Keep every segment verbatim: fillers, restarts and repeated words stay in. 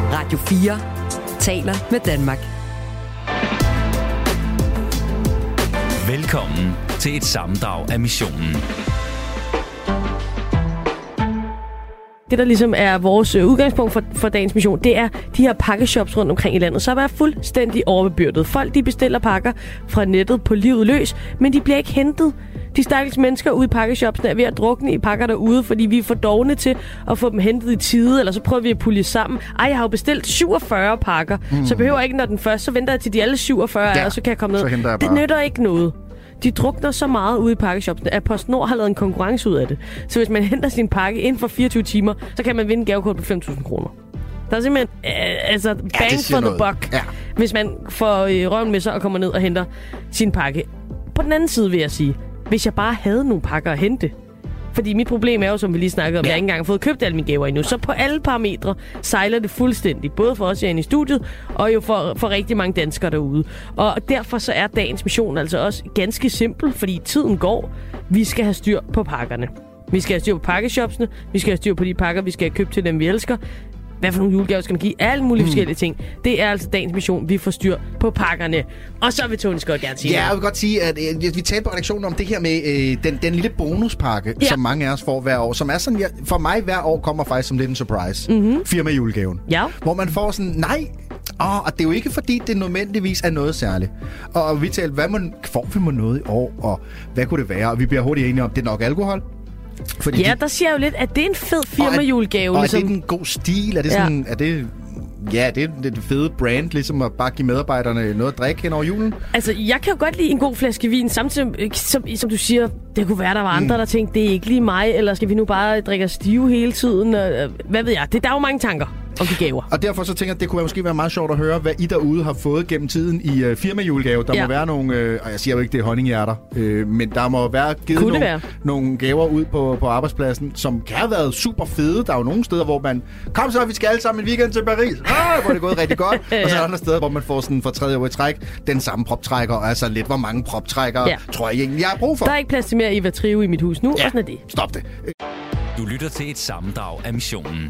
Radio fire taler med Danmark. Velkommen til et sammendrag af missionen. Det, der ligesom er vores udgangspunkt for, for dagens mission, det er de her pakkeshops rundt omkring i landet, som er fuldstændig overbebyrdet. Folk, de bestiller pakker fra nettet på livet løs, men de bliver ikke hentet. De stakkels mennesker ude i pakkeshopsene er ved at drukne i pakker derude, fordi vi er for dovne til at få dem hentet i tide, eller så prøver vi at pulje sammen. Ej, jeg har jo bestilt syvogfyrre pakker, mm. så behøver jeg ikke, når den første, så venter jeg til de alle syvogfyrre ja, er, og så kan jeg komme ned. Jeg det nytter ikke noget. De drukner så meget ude i pakkeshopsene, at PostNord har lavet en konkurrence ud af det. Så hvis man henter sin pakke inden for fireogtyve timer, så kan man vinde en gavekode på fem tusind kroner. Der er simpelthen øh, altså bang ja, for the buck, ja. Hvis man får øh, røven med sig og kommer ned og henter sin pakke. På den anden side vil jeg sige, hvis jeg bare havde nogle pakker at hente. Fordi mit problem er jo, som vi lige snakkede om, ja. Jeg har ikke engang fået købt alle mine gaver endnu. Så på alle parametre sejler det fuldstændig. Både for os herinde i studiet, og jo for, for rigtig mange danskere derude. Og derfor så er dagens mission altså også ganske simpel, fordi tiden går. Vi skal have styr på pakkerne. Vi skal have styr på pakkeshopsene. Vi skal have styr på de pakker, vi skal have købt til dem, vi elsker. Hvad for nogle julegaver skal man give? Alle mulige mm. forskellige ting. Det er altså dagens mission. Vi får styr på pakkerne. Og så vil Tony Scott gerne sige Ja, jeg vil godt sige, at øh, vi talte på redaktionen om det her med øh, den, den lille bonuspakke, ja. Som mange af os får hver år. Som er sådan, ja, for mig hver år kommer faktisk som lidt en surprise. Mm-hmm. Firma julegaven. Ja. Hvor man får sådan, nej, åh, og det er jo ikke fordi, det nødvendigvis er noget særligt. Og vi talte, hvad man, får vi må noget i år, og hvad kunne det være? Og vi bliver hurtigt enige om, det er nok alkohol. Fordi ja, de... der siger jeg jo lidt, at det er en fed firmajulegave. Og er, ligesom... og er det en god stil? Er det sådan, ja. er det... Ja, det er det fede brand, ligesom at bare give medarbejderne noget at drikke hen over julen. Altså, jeg kan jo godt lide en god flaske vin, samtidig som, som du siger, det kunne være, der var andre, mm. der tænkte, det er ikke lige mig, eller skal vi nu bare drikke os stive hele tiden? Hvad ved jeg? Det, der er jo mange tanker om de gaver. Og derfor så tænker jeg, at det kunne måske være meget sjovt at høre, hvad I derude har fået gennem tiden i uh, firmajulegave. Der ja. må være nogle, øh, og jeg siger jo ikke, det er honninghjerter, øh, men der må være givet nogle, være? nogle gaver ud på, på arbejdspladsen, som kan have været super fede. Der er jo nogle steder, hvor man, kom så, vi skal alle sammen en weekend til Paris. Ah, hvor er det gået rigtig godt. ja. Og så er der andre steder, hvor man får sådan for tredje år i træk, den samme proptrækker, og altså lidt, hvor mange proptrækkere, ja. tror jeg egentlig, jeg har brug for. Der er ikke plads til mere Eva Trio i mit hus nu, ja. og sådan er det. Stop det. Du lytter til et sammendrag af missionen.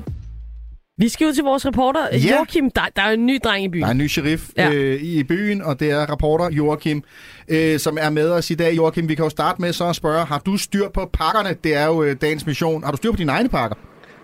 Vi skal ud til vores reporter, ja. Joachim. Der, der er en ny dreng i byen. Der er en ny sheriff ja. øh, i byen, og det er reporter Joachim, øh, som er med os i dag. Joachim, vi kan jo starte med så at spørge, har du styr på pakkerne? Det er jo øh, dagens mission. Har du styr på dine egne pakker?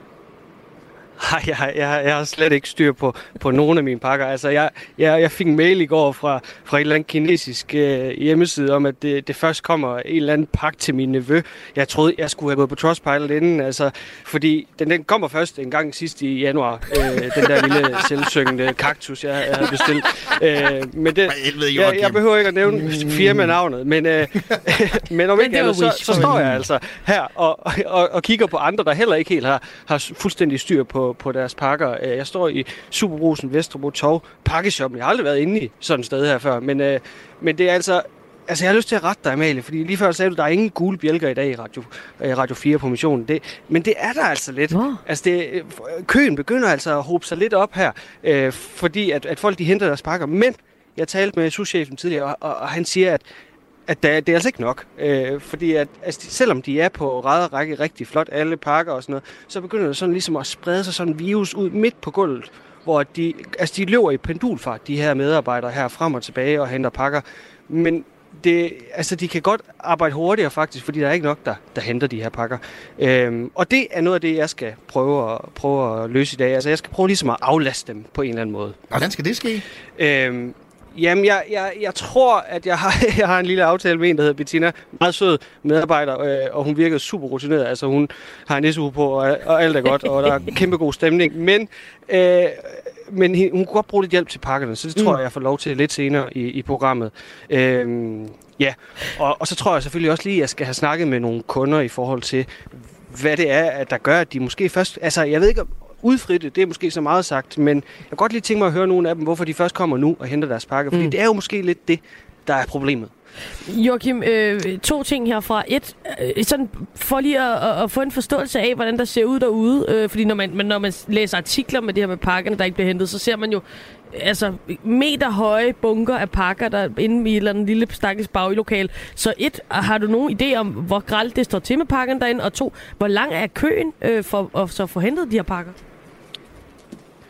Nej, jeg, jeg, jeg har slet ikke styr på, på nogen af mine pakker. Altså, jeg, jeg, jeg fik en mail i går fra, fra et eller andet kinesisk øh, hjemmeside om, at det, det først kommer en eller anden pakke til min nevø. Jeg troede, jeg skulle have gået på Trustpilot inden, altså, fordi den, den kommer først en gang sidst i januar. Øh, den der lille selvsyngende kaktus, jeg, jeg havde bestilt. Øh, men det, jeg, jeg behøver ikke at nævne firmanavnet, men, øh, men om ikke andet, så, så står jeg altså her og, og, og kigger på andre, der heller ikke helt har, har fuldstændig styr på på deres pakker. Jeg står i Superbrugsen Vesterbro Torv pakkeshoppen. Jeg har aldrig været inde i sådan et sted her før, men, øh, men det er altså... Altså, jeg har lyst til at rette dig, Amalie, fordi lige før sagde du, der er ingen gule bjælker i dag i Radio, øh, Radio fire på missionen. Det, men det er der altså lidt. Oh. Altså, det, køen begynder altså at hobe sig lidt op her, øh, fordi at, at folk de henter deres pakker. Men jeg talte med souschefen tidligere, og, og, og han siger, at at det, det er altså ikke nok, øh, fordi at altså, selvom de er på ræd og række rigtig flot, alle pakker og sådan noget, så begynder det sådan ligesom at sprede sig sådan en virus ud midt på gulvet, hvor de, altså, de løber i pendulfart, de her medarbejdere her frem og tilbage og henter pakker, men det, altså, de kan godt arbejde hurtigere faktisk, fordi der er ikke nok, der, der henter de her pakker. Øhm, og det er noget af det, jeg skal prøve at, prøve at løse i dag. Altså, jeg skal prøve ligesom at aflaste dem på en eller anden måde. Hvordan skal det ske? Øhm, Jamen, jeg, jeg, jeg tror, at jeg har, jeg har en lille aftale med en, der hedder Bettina. Meget sød medarbejder, øh, og hun virker super rutineret. Altså, hun har en S U på, og, og alt er godt, og der er kæmpe god stemning. Men, øh, men hun kunne godt bruge lidt hjælp til pakkerne, så det tror mm. jeg, jeg får lov til lidt senere i, i programmet. Øh, ja, og, og så tror jeg selvfølgelig også lige, at jeg skal have snakket med nogle kunder i forhold til, hvad det er, at der gør, at de måske først... Altså, jeg ved ikke, udfritte, det er måske så meget sagt, men jeg kan godt lige tænke mig at høre nogle af dem, hvorfor de først kommer nu og henter deres pakke, fordi mm. det er jo måske lidt det, der er problemet. Joachim, øh, to ting herfra. Et, øh, sådan for lige at, at få en forståelse af, hvordan der ser ud derude, øh, fordi når man, når man læser artikler med det her med pakkerne, der ikke bliver hentet, så ser man jo altså meter høje bunker af pakker, der er inde i et eller andet lille stakkels baglokal. Så et, har du nogen idé om, hvor grelt det står til med pakkerne derinde? Og to, hvor lang er køen øh, for at så få hentet de her pakker?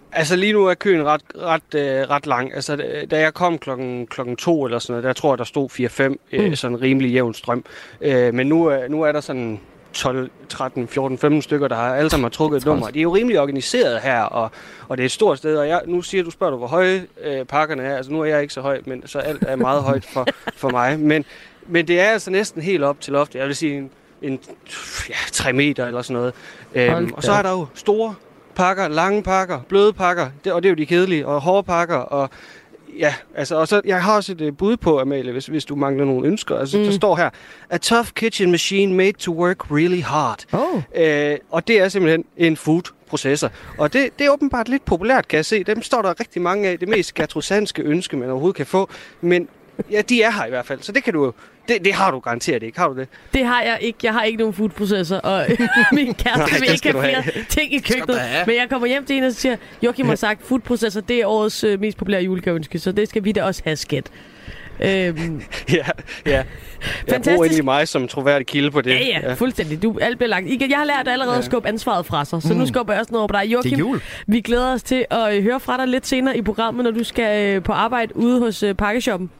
Altså lige nu er køen ret, ret, øh, ret lang. Altså da jeg kom klokken, klokken to eller sådan noget, der tror jeg, der stod fire fem, øh, mm. sådan en rimelig jævn strøm. Øh, men nu, øh, nu er der sådan tolv, tretten, fjorten, femten stykker, der har alle sammen har trukket et nummer. De er jo rimelig organiseret her, og, og det er et stort sted. Og jeg, nu siger du, spørger du, hvor høje øh, pakkerne er. Altså nu er jeg ikke så høj, men så alt er meget højt for, for mig. Men, men det er altså næsten helt op til loftet. Jeg vil sige en, en ja, tre meter eller sådan noget. Øhm, og så er der jo store pakker, lange pakker, bløde pakker, det, og det er jo de kedelige, og hårde pakker, og ja, altså, og så, jeg har også et uh, bud på, Amalie, hvis, hvis du mangler nogle ønsker. Altså, mm. der står her, a tough kitchen machine made to work really hard. Oh. Øh, og det er simpelthen en food processor. Og det, det er åbenbart lidt populært, kan jeg se. Dem står der rigtig mange af. Det mest gertrudsanske ønske, man overhovedet kan få. Men ja, de er her i hvert fald, så det kan du det, det har du garanteret ikke. Har du det? Det har jeg ikke. Jeg har ikke nogen foodprocessor, og min kæreste vil ikke have flere ting i køkkenet. Men jeg kommer hjem til en og siger, Joachim har sagt, foodprocessor, det er årets øh, mest populære julegaveønske, så det skal vi da også have, skat. Øhm. Ja, ja. Jeg bruger egentlig mig som troværdig kilde på det. Ja, ja, ja. Fuldstændig. Du, alt bliver lagt. Jeg har lært allerede ja. at skubbe ansvaret fra sig, så mm. nu skubber jeg også noget over på dig. Joachim, vi glæder os til at høre fra dig lidt senere i programmet, når du skal på arbejde ude hos uh, Pakkeshoppen.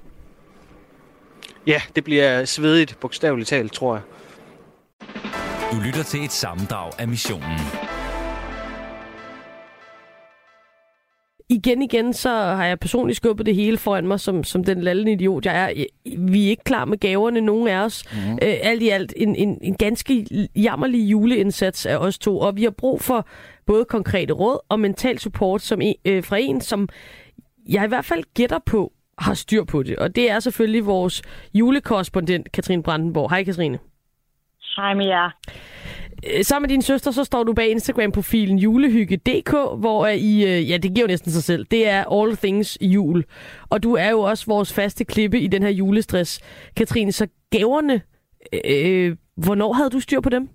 Ja, det bliver svedigt, bogstaveligt talt, tror jeg. Du lytter til et sammendrag af missionen. Igen, igen, så har jeg personligt skubbet det hele foran mig, som, som den lallende idiot, jeg er. Vi er ikke klar med gaverne, nogen af os. Mm. Øh, alt i alt en, en, en ganske jammerlig juleindsats af os to, og vi har brug for både konkrete råd og mental support som en, øh, fra en, som jeg i hvert fald gætter på, har styr på det. Og det er selvfølgelig vores julekorrespondent, Katrine Brandenborg. Hej, Katrine. Hej med jer. Sammen med din søster, så står du bag Instagram-profilen julehygge punktum d k, hvor I, ja, det giver jo næsten sig selv, det er all things jul. Og du er jo også vores faste klippe i den her julestress. Katrine, så gaverne, øh, hvornår havde du styr på dem?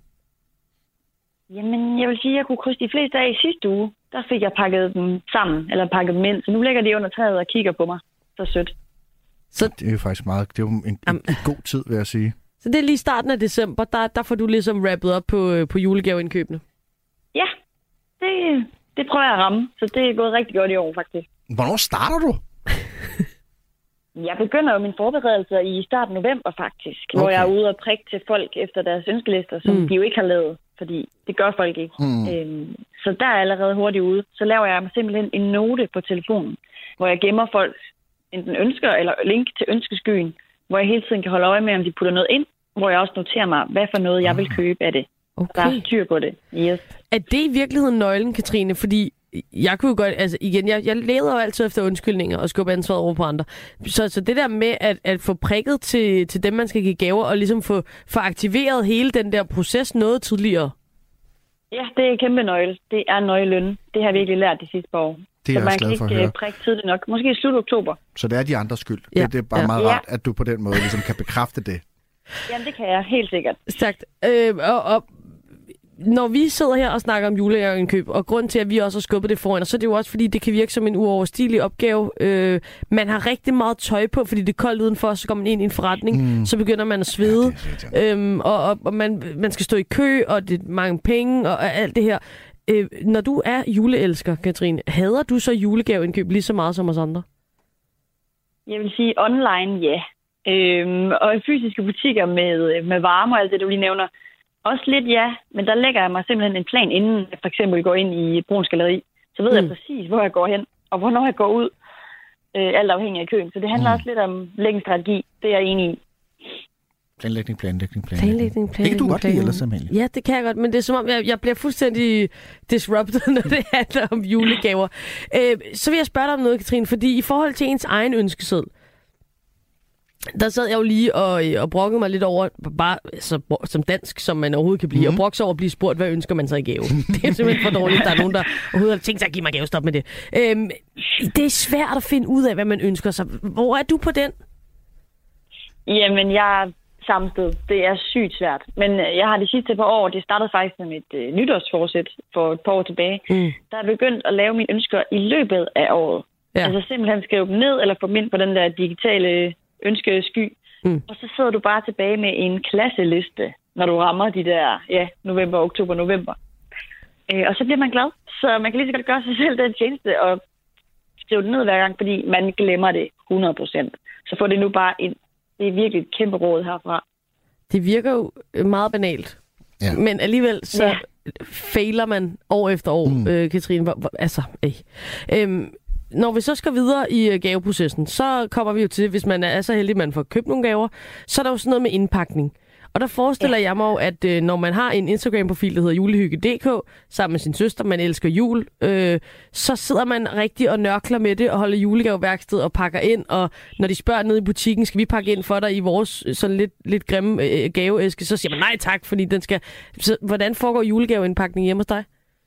Jamen, jeg vil sige, at jeg kunne krydse de fleste af i sidste uge. Der fik jeg pakket dem sammen, eller pakket dem ind. Så nu ligger de under træet og kigger på mig. Så sødt. Så det er jo faktisk meget, det er jo en, en, en god tid, vil jeg sige. Så det er lige starten af december, der, der får du ligesom rappet op på, på julegaveindkøbene? Ja, det, det prøver jeg at ramme, så det er gået rigtig godt i år faktisk. Hvornår starter du? Jeg begynder jo mine forberedelser i starten af november faktisk, okay. Hvor jeg er ude og prikke til folk efter deres ønskelister, som mm. de jo ikke har lavet, fordi det gør folk ikke. Mm. Øhm, så der er jeg allerede hurtigt ude. Så laver jeg mig simpelthen en note på telefonen, hvor jeg gemmer folks enten ønsker eller link til ønskeskyen, hvor jeg hele tiden kan holde øje med, om de putter noget ind, hvor jeg også noterer mig, hvad for noget jeg vil købe af det. Okay. Der er styr på det. Yes. Er det i virkeligheden nøglen, Katrine? Fordi jeg kunne godt, altså igen, jeg, jeg leder jo altid efter undskyldninger og skubber ansvaret over på andre. Så, så det der med at, at få prikket til, til dem, man skal give gaver, og ligesom få, få aktiveret hele den der proces noget tidligere. Ja, det er en kæmpe nøgle. Det er nøglen. Det har jeg virkelig lært de sidste par år. Det er så man kan ikke prikke tidligt nok. Måske i slut oktober. Så det er de andres skyld. Ja. Det, det er bare ja. meget rart, at du på den måde ligesom kan bekræfte det. Jamen, det kan jeg helt sikkert. Stærkt. Øh, og, og når vi sidder her og snakker om julegaveindkøb, og grund til, at vi også har skubbet det foran, så er det jo også, fordi det kan virke som en uoverstigelig opgave. Øh, man har rigtig meget tøj på, fordi det er koldt udenfor, så går man ind i en forretning, mm. så begynder man at svede, ja, øhm, og, og, og man, man skal stå i kø, og det er mange penge, og, og alt det her. Øh, når du er juleelsker, Katrine, hader du så julegaveindkøb lige så meget som os andre? Jeg vil sige online, ja. Øhm, og i fysiske butikker med, med varme og alt det, du lige nævner, også lidt ja, men der lægger jeg mig simpelthen en plan, inden jeg for eksempel går ind i Bruns Galleri. Så ved mm. jeg præcis, hvor jeg går hen, og hvornår jeg går ud, øh, alt afhængig af køen. Så det handler mm. også lidt om lægningsstrategi, det er jeg enig i. Planlægning, planlægning, planlægning. Planlægning, planlægning. Det kan du godt lide, ellers, Amalie. Ja, det kan jeg godt, men det er som om, jeg, jeg bliver fuldstændig disrupted, når det handler om julegaver. Øh, så vil jeg spørge dig om noget, Katrine, fordi i forhold til ens egen ønskeseddel, der sad jeg jo lige og, og brokkede mig lidt over, bare så, som dansk, som man overhovedet kan blive, mm. og brokke sig over at blive spurgt, hvad ønsker man sig i gave? Det er simpelthen for dårligt, der er nogen, der overhovedet har tænkt sig at give mig gave. Stop med det. Øhm, det er svært at finde ud af, hvad man ønsker sig. Hvor er du på den? Jamen, jeg er samme sted. Det er sygt svært. Men jeg har de sidste par år, det startede faktisk med mit øh, nytårsforsæt for et par år tilbage, mm. der er begyndt at lave mine ønsker i løbet af året. Ja. Altså simpelthen skrive dem ned, eller få dem ind på den der digitale ønskesky. Mm. Og så sidder du bare tilbage med en klasseliste, når du rammer de der, ja, november, oktober, november. Øh, og så bliver man glad. Så man kan lige så godt gøre sig selv den tjeneste og skrive det ned hver gang, fordi man glemmer det hundrede procent. Så får det nu bare ind. Det er virkelig et kæmpe råd herfra. Det virker jo meget banalt. Ja. Men alligevel så ja. fejler man år efter år, mm. øh, Katrine. Hvor, hvor, altså, øh. øhm, når vi så skal videre i gaveprocessen, så kommer vi jo til, hvis man er så heldig, at man får købt nogle gaver, så er der jo sådan noget med indpakning. Og der forestiller ja. jeg mig jo, at øh, når man har en Instagram-profil, der hedder julehygge punktum d k, sammen med sin søster, man elsker jul, øh, så sidder man rigtig og nørkler med det og holder julegaveværksted og pakker ind. Og når de spørger ned i butikken, skal vi pakke ind for dig i vores sådan lidt, lidt grimme øh, gaveæske, så siger man nej tak, fordi den skal... Så, hvordan foregår julegaveindpakning hjemme hos dig?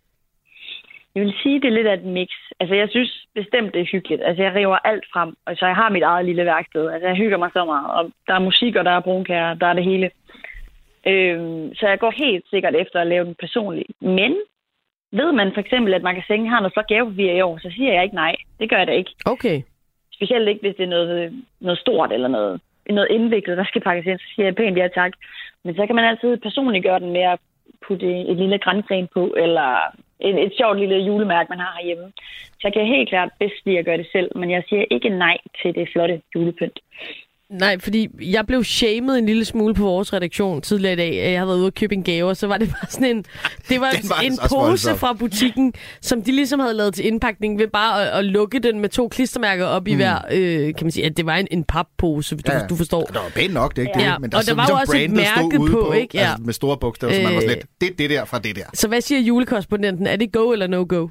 Jeg vil sige, det er lidt af et mix. Altså, jeg synes bestemt, det er hyggeligt. Altså, jeg river alt frem, og så jeg har mit eget lille værksted. Altså, jeg hygger mig så meget. Og der er musik, og der er brunkager, der er det hele. Øhm, så jeg går helt sikkert efter at lave den personligt. Men ved man for eksempel, at Magasin har noget flot gavepapir i år, så siger jeg ikke nej. Det gør jeg da ikke. Okay. Specielt ikke, hvis det er noget, noget stort eller noget, noget indviklet, der skal pakkes ind. Så siger jeg pænt ja tak. Men så kan man altid personligt gøre den med at putte et lille grangren på, eller et, et sjovt lille julemærke, man har herhjemme. Så jeg kan helt klart bedst lide at gøre det selv, men jeg siger ikke nej til det flotte julepynt. Nej, fordi jeg blev shamed en lille smule på vores redaktion tidligere i dag. Jeg havde været ude og købe en gave, og så var det bare sådan en... Det var, var en pose fra butikken, som de ligesom havde lavet til indpakning ved bare at, at lukke den med to klistermærker op i mm. hver... Øh, kan man sige, at det var en, en pappose, du, ja, du forstår. Det var pænt nok, det ikke ja. det? Men der og der var jo også et mærke på, på, ikke? Ja. Altså med store bogstaver, så man var slet... Det er det der fra det der. Så hvad siger julekorrespondenten? Er det go eller no-go?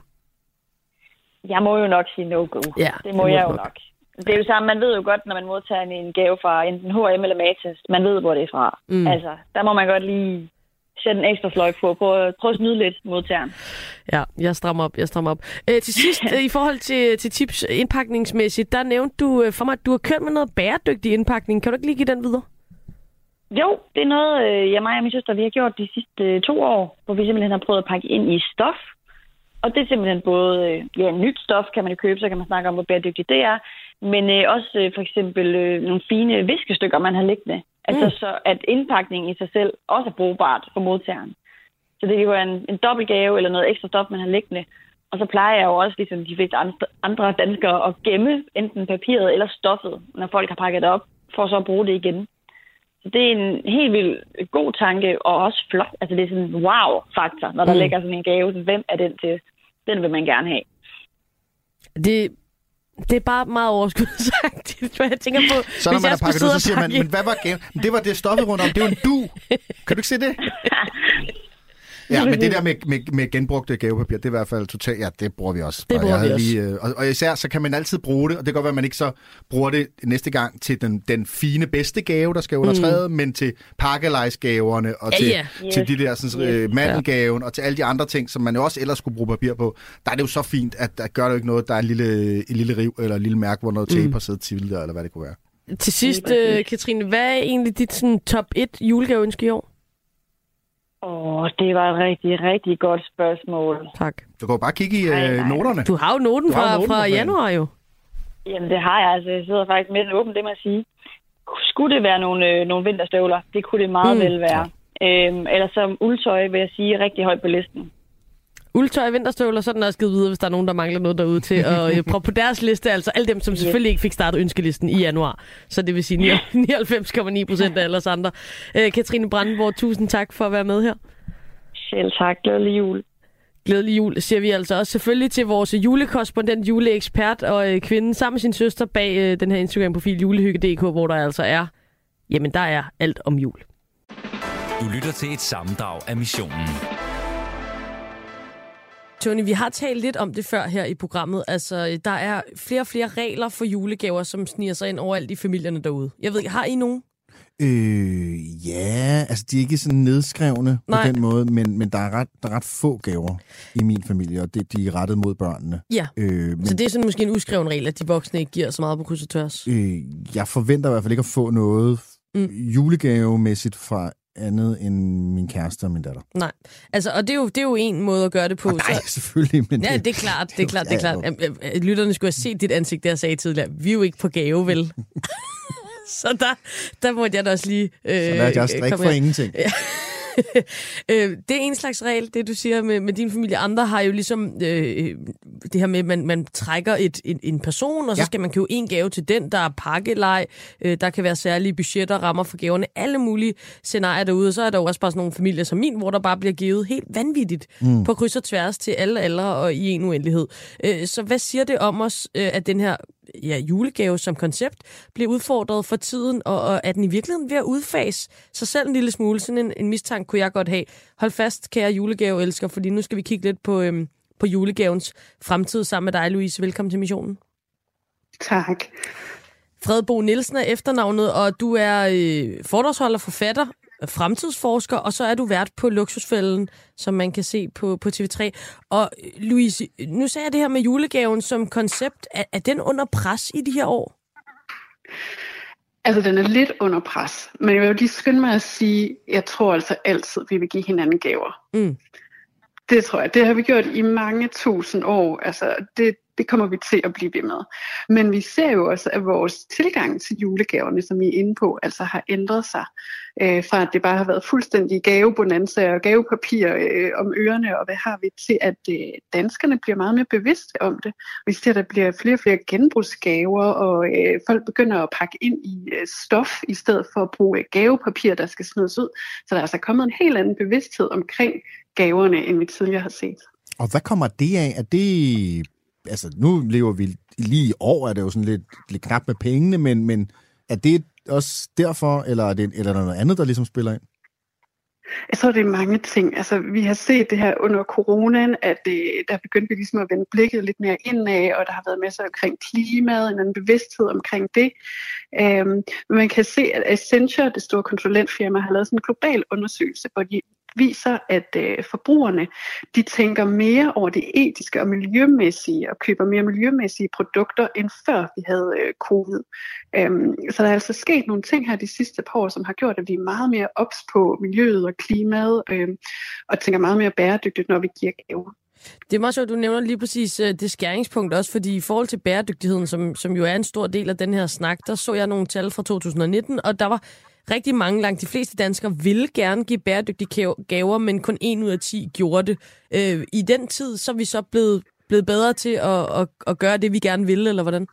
Jeg må jo nok sige no-go. Ja, det må det jeg jo nok. nok. Det er jo samme, man ved jo godt, når man modtager en gave fra enten H og M eller Matas, man ved, hvor det er fra. Mm. Altså, der må man godt lige sætte en ekstra fløj på, prøv at, prøv at snyde lidt modtageren. Ja, jeg strammer op, jeg strammer op. Æ, til sidst, i forhold til, til tips indpakningsmæssigt, der nævnte du for mig, at du har kørt med noget bæredygtig indpakning. Kan du ikke lige give den videre? Jo, det er noget, jeg, mig og min søster, vi har gjort de sidste to år, hvor vi simpelthen har prøvet at pakke ind i stof. Og det er simpelthen både ja, nyt stof, kan man jo købe, så kan man snakke om, hvor bæredygtigt det er. Men øh, også øh, for eksempel øh, nogle fine viskestykker, man har liggende. Altså mm. så at indpakningen i sig selv også er brugbart for modtageren. Så det kan være en, en dobbeltgave eller noget ekstra stof, man har liggende. Og så plejer jeg jo også, ligesom de fleste andre danskere, at gemme enten papiret eller stoffet, når folk har pakket det op, for så at bruge det igen. Så det er en helt vildt god tanke, og også flot. Altså det er sådan en wow-faktor, når der mm. ligger sådan en gave. Hvem er den til? Den vil man gerne have. Det... Det er bare meget overskudsagtigt, hvad jeg tænker på. Så når man har pakket ud, så siger man, men hvad var gaven? Det var det stoffet rundt om. Det var en du. Kan du ikke se det? Ja, men det der med, med, med genbrugte gavepapir, det er i hvert fald totalt... Ja, det bruger vi også. Det bruger vi også. Lige, øh, og, og især så kan man altid bruge det, og det kan godt være, at man ikke så bruger det næste gang til den, den fine, bedste gave, der skal under træet, mm. men til pakkelejsgaverne og til, ja, ja. til de der sådan, øh, mandelgaven og til alle de andre ting, som man jo også ellers skulle bruge papir på. Der er det jo så fint, at der gør det jo ikke noget, der er en lille, en lille riv eller en lille mærke, hvor noget tape mm. har siddet til der, eller hvad det kunne være. Til sidst, øh, Katrine, hvad er egentlig dit sådan, top et julegaveønske i år? Åh, oh, det var et rigtig, rigtig godt spørgsmål. Tak. Du kan jo bare kigge i øh, noterne. Du har jo noten fra, noten fra januar jo. Jamen, det har jeg. Altså, jeg sidder faktisk med den åben, det må jeg sige. Skulle det være nogle, øh, nogle vinterstøvler? Det kunne det meget mm. vel være. Ja. Øhm, eller som uldtøj, vil jeg sige, rigtig højt på listen. Uldtøj og vinterstøvler, så er den også givet videre, hvis der er nogen, der mangler noget derude til at prøve på deres liste. Altså alle dem, som yes. selvfølgelig ikke fik startet ønskelisten i januar. Så det vil sige nioghalvfems komma ni procent af alle andre. Øh, Katrine Brandenborg, tusind tak for at være med her. Selv tak. Glædelig jul. Glædelig jul, siger vi altså også selvfølgelig til vores julekorrespondent, juleekspert og øh, kvinden sammen med sin søster bag øh, den her Instagram-profil julehygge punktum d k, hvor der altså er, jamen der er alt om jul. Du lytter til et sammendrag af missionen. Tony, vi har talt lidt om det før her i programmet. Altså, der er flere og flere regler for julegaver, som sniger sig ind overalt i familierne derude. Jeg ved ikke, har I nogen? Øh, ja, altså de er ikke sådan nedskrevne Nej. på den måde, men, men der, er ret, der er ret få gaver i min familie, og det, de er rettet mod børnene. Ja, øh, men, så det er sådan måske en uskreven regel, at de voksne ikke giver så meget på kryds og tværs? Øh, jeg forventer i hvert fald ikke at få noget mm. julegavemæssigt fra andet end min kæreste og min datter. Nej, altså, og det er jo, det er jo en måde at gøre det på. Og nej, så... selvfølgelig. Men ja, det er klart, det er klart, det er klart. Ja, lytterne skulle have set dit ansigt, der jeg sagde tidligere. Vi er jo ikke på gave, vel? Så der, der måtte jeg da også lige... Øh, så der er jeg strik for ingenting. øh, det er en slags regel, det du siger med, med din familie. Andre har jo ligesom øh, det her med, at man, man trækker et, en, en person, og så ja. skal man købe en gave til den, der er pakkelej. Øh, der kan være særlige budgetter, rammer for gaverne, alle mulige scenarier derude. Og så er der jo også bare sådan nogle familier som min, hvor der bare bliver givet helt vanvittigt mm. på kryds og tværs til alle aldre og i en uendelighed. Øh, så hvad siger det om os, øh, at den her ja, julegave som koncept bliver udfordret for tiden, og, og er den i virkeligheden ved at udfase sig selv en lille smule? Sådan en, en mistanke kunne jeg godt have. Hold fast, kære julegaveelsker, fordi nu skal vi kigge lidt på, øhm, på julegavens fremtid sammen med dig, Louise. Velkommen til missionen. Tak. Fredbo Nielsen er efternavnet, og du er øh, foredragsholder, forfatter, fremtidsforsker, og så er du vært på Luksusfælden, som man kan se på, på T V tre. Og Louise, nu sagde jeg det her med julegaven som koncept. Er, er den under pres i de her år? Altså, den er lidt under pres. Men jeg vil jo lige skynde mig at sige, jeg tror altså altid, vi vil give hinanden gaver. Mm. Det tror jeg. Det har vi gjort i mange tusind år. Altså, det, det kommer vi til at blive ved med. Men vi ser jo også, at vores tilgang til julegaverne, som I er inde på, altså har ændret sig. Øh, fra at det bare har været fuldstændig gavebonanza og gavepapir øh, om ørerne, og hvad har vi, til at øh, danskerne bliver meget mere bevidste om det. Vi ser, at der bliver flere og flere genbrugsgaver, og øh, folk begynder at pakke ind i øh, stof, i stedet for at bruge øh, gavepapir, der skal smides ud. Så der er altså kommet en helt anden bevidsthed omkring gaverne, end vi tidligere har set. Og hvad kommer det af? Er det... Altså, nu lever vi lige i år, er det jo sådan lidt, lidt knap med pengene, men, men er det også derfor, eller er, det, eller er der noget andet, der ligesom spiller ind? Jeg tror, det er mange ting. Altså, vi har set det her under coronaen, at det, der begyndte vi ligesom at vende blikket lidt mere indad, og der har været masser omkring klimaet, en anden bevidsthed omkring det. Øhm, men man kan se, at Accenture, det store konsulentfirma, har lavet sådan en global undersøgelse, hvor de viser, at øh, forbrugerne, de tænker mere over det etiske og miljømæssige, og køber mere miljømæssige produkter, end før vi havde øh, covid. Øhm, så der er altså sket nogle ting her de sidste par år, som har gjort, at vi er meget mere ops på miljøet og klimaet, øh, og tænker meget mere bæredygtigt, når vi giver gaver. Det er meget sjovt, du nævner lige præcis det skæringspunkt også, fordi i forhold til bæredygtigheden, som, som jo er en stor del af den her snak, der så jeg nogle tal fra to tusind nitten, og der var rigtig mange, langt de fleste danskere ville gerne give bæredygtige gaver, men kun en ud af ti gjorde det. Øh, I den tid, så er vi så blevet, blevet bedre til at, at, at gøre det, vi gerne ville, eller hvordan?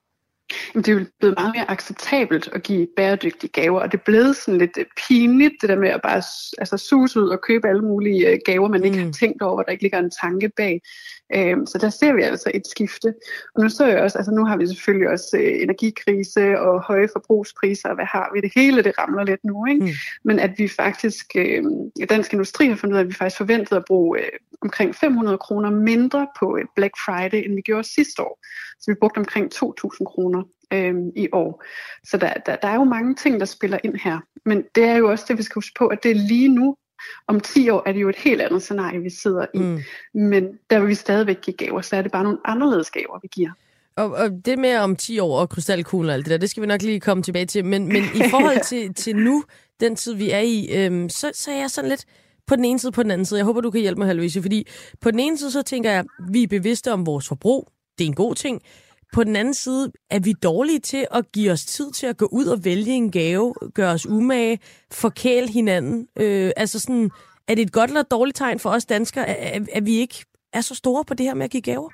Det er jo blevet meget mere acceptabelt at give bæredygtige gaver, og det er blevet sådan lidt pinligt, det der med at bare altså, suse ud og købe alle mulige gaver, man ikke mm. har tænkt over, hvor der ikke ligger en tanke bag. Øhm, så der ser vi altså et skifte. Og nu så jeg også, altså nu har vi selvfølgelig også øh, energikrise og høje forbrugspriser, og hvad har vi? Det hele, det ramler lidt nu, ikke? Mm. Men at vi faktisk, øh, Dansk Industri har fundet ud af, at vi faktisk forventede at bruge øh, omkring fem hundrede kroner mindre på øh, Black Friday, end vi gjorde sidste år. Så vi brugte omkring to tusind kroner øh, i år. Så der, der, der er jo mange ting, der spiller ind her. Men det er jo også det, vi skal huske på, at det er lige nu. Om ti år er det jo et helt andet scenarie, vi sidder i. Mm. Men der vil vi stadigvæk give gaver, så er det bare nogle anderledes gaver, vi giver. Og, og det med om ti år og krystalkuglen og alt det der, det skal vi nok lige komme tilbage til. Men, men i forhold til, til nu, den tid vi er i, øhm, så, så er jeg sådan lidt på den ene side på den anden side. Jeg håber, du kan hjælpe mig her, Louise, fordi på den ene side, så tænker jeg, vi er bevidste om vores forbrug. Det er en god ting. På den anden side er vi dårlige til at give os tid til at gå ud og vælge en gave, gøre os umage, forkæle hinanden. Øh, altså sådan, er det et godt eller et dårligt tegn for os danskere, at, at vi ikke er så store på det her med at give gaver?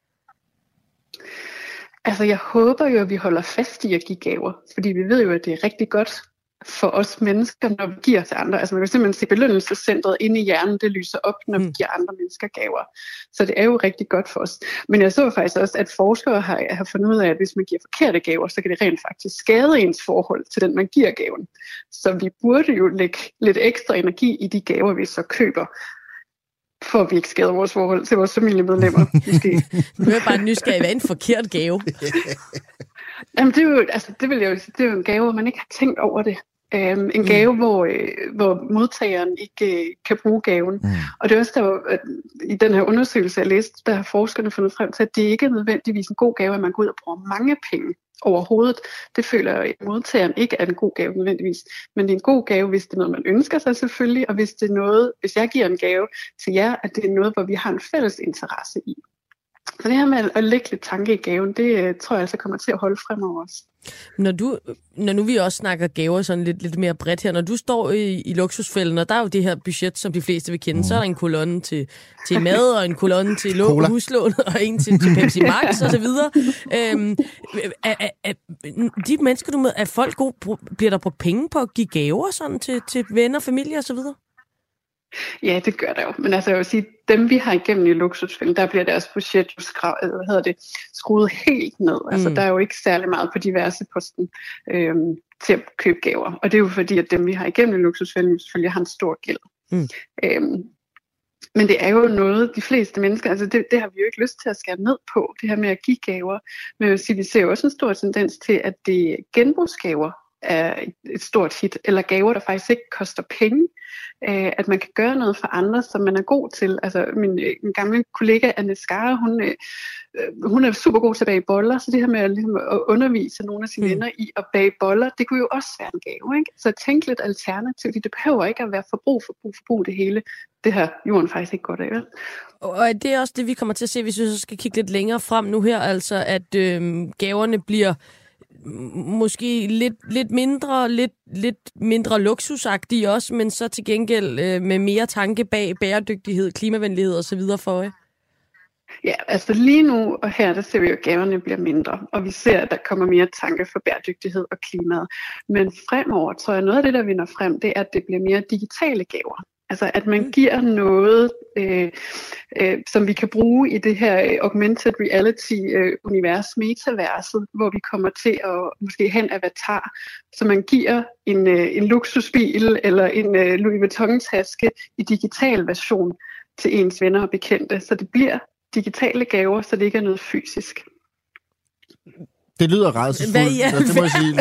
Altså, jeg håber jo, at vi holder fast i at give gaver, fordi vi ved jo, at det er rigtig godt for os mennesker, når vi giver til andre. Altså man kan simpelthen se belønnelsescentret inde i hjernen, det lyser op, når vi giver andre mennesker gaver. Så det er jo rigtig godt for os. Men jeg så faktisk også, at forskere har, har fundet ud af, at hvis man giver forkerte gaver, så kan det rent faktisk skade ens forhold til den, man giver gaven. Så vi burde jo lægge lidt ekstra energi i de gaver, vi så køber, for at vi ikke skader vores forhold til vores familiemedlemmer. Måske. Nu er jeg bare nysgerrig, hvad er en forkert gave? Jamen det er jo, altså det vil jeg jo sige, det er jo en gave, hvor man ikke har tænkt over det. Um, en gave, mm. hvor, øh, hvor modtageren ikke øh, kan bruge gaven. Mm. Og det er også der, at i den her undersøgelse, jeg læste, der har forskerne fundet frem til, at det ikke er nødvendigvis en god gave, at man går ud og bruger mange penge overhovedet. Det føler jeg, at modtageren ikke er en god gave nødvendigvis. Men det er en god gave, hvis det er noget, man ønsker sig selvfølgelig, og hvis det er noget, hvis jeg giver en gave til jer, at det er noget, hvor vi har en fælles interesse i. Så det her med at lægge lidt tanke i gaven, det tror jeg altså kommer til at holde fremover også. Når, du, når nu vi også snakker gaver sådan lidt, lidt mere bredt her, når du står i, i luksusfælden, og der er jo det her budget, som de fleste vil kende, mm. så er der en kolonne til, til mad, og en kolonne til lån, huslån, og en til, til Pepsi Max, og så videre. Øhm, er, er, er, de mennesker, du møder, er folk gode, bliver der brugt penge på at give gaver sådan til, til venner, familie og så videre? Ja, det gør der jo. Men altså, jeg vil sige, dem vi har igennem i luksusfælden, der bliver deres budget jo skra- hvad hedder det, skruet helt ned. Mm. Altså, der er jo ikke særlig meget på diverse posten øhm, til at købe gaver. Og det er jo fordi, at dem vi har igennem i luksusfælden selvfølgelig har en stor gæld. Mm. Øhm, men det er jo noget, de fleste mennesker, altså det, det har vi jo ikke lyst til at skære ned på, det her med at give gaver. Men jeg vil sige, vi ser jo også en stor tendens til, at det genbrugsgaver er et stort hit, eller gaver, der faktisk ikke koster penge. At man kan gøre noget for andre, som man er god til. Altså min, min gamle kollega Anne Skare, hun, hun er super god til at bage boller, så det her med at, ligesom, at undervise nogle af sine mm. venner i at bage boller, det kunne jo også være en gave, ikke? Så tænk lidt alternativt. Det behøver ikke at være forbrug, forbrug, forbrug det hele. Det har jorden faktisk ikke godt af, vel? Og det er også det, vi kommer til at se, hvis vi så skal kigge lidt længere frem nu her, altså at øh, gaverne bliver måske lidt, lidt mindre, lidt, lidt mindre luksusagtige også, men så til gengæld øh, med mere tanke bag bæredygtighed, klimavenlighed og så videre for jer. Ja, altså lige nu og her, der ser vi jo, at gaverne bliver mindre, og vi ser, at der kommer mere tanke for bæredygtighed og klimaet. Men fremover, tror jeg, noget af det, der vinder frem, det er, at det bliver mere digitale gaver. Altså at man giver noget, øh, øh, som vi kan bruge i det her øh, augmented reality-univers, øh, metaverset, hvor vi kommer til at måske have en avatar, så man giver en, øh, en luksusbil eller en øh, Louis Vuitton-taske i digital version til ens venner og bekendte. Så det bliver digitale gaver, så det ikke er noget fysisk. Det lyder rædselsfuldt, ja, det må jeg sige.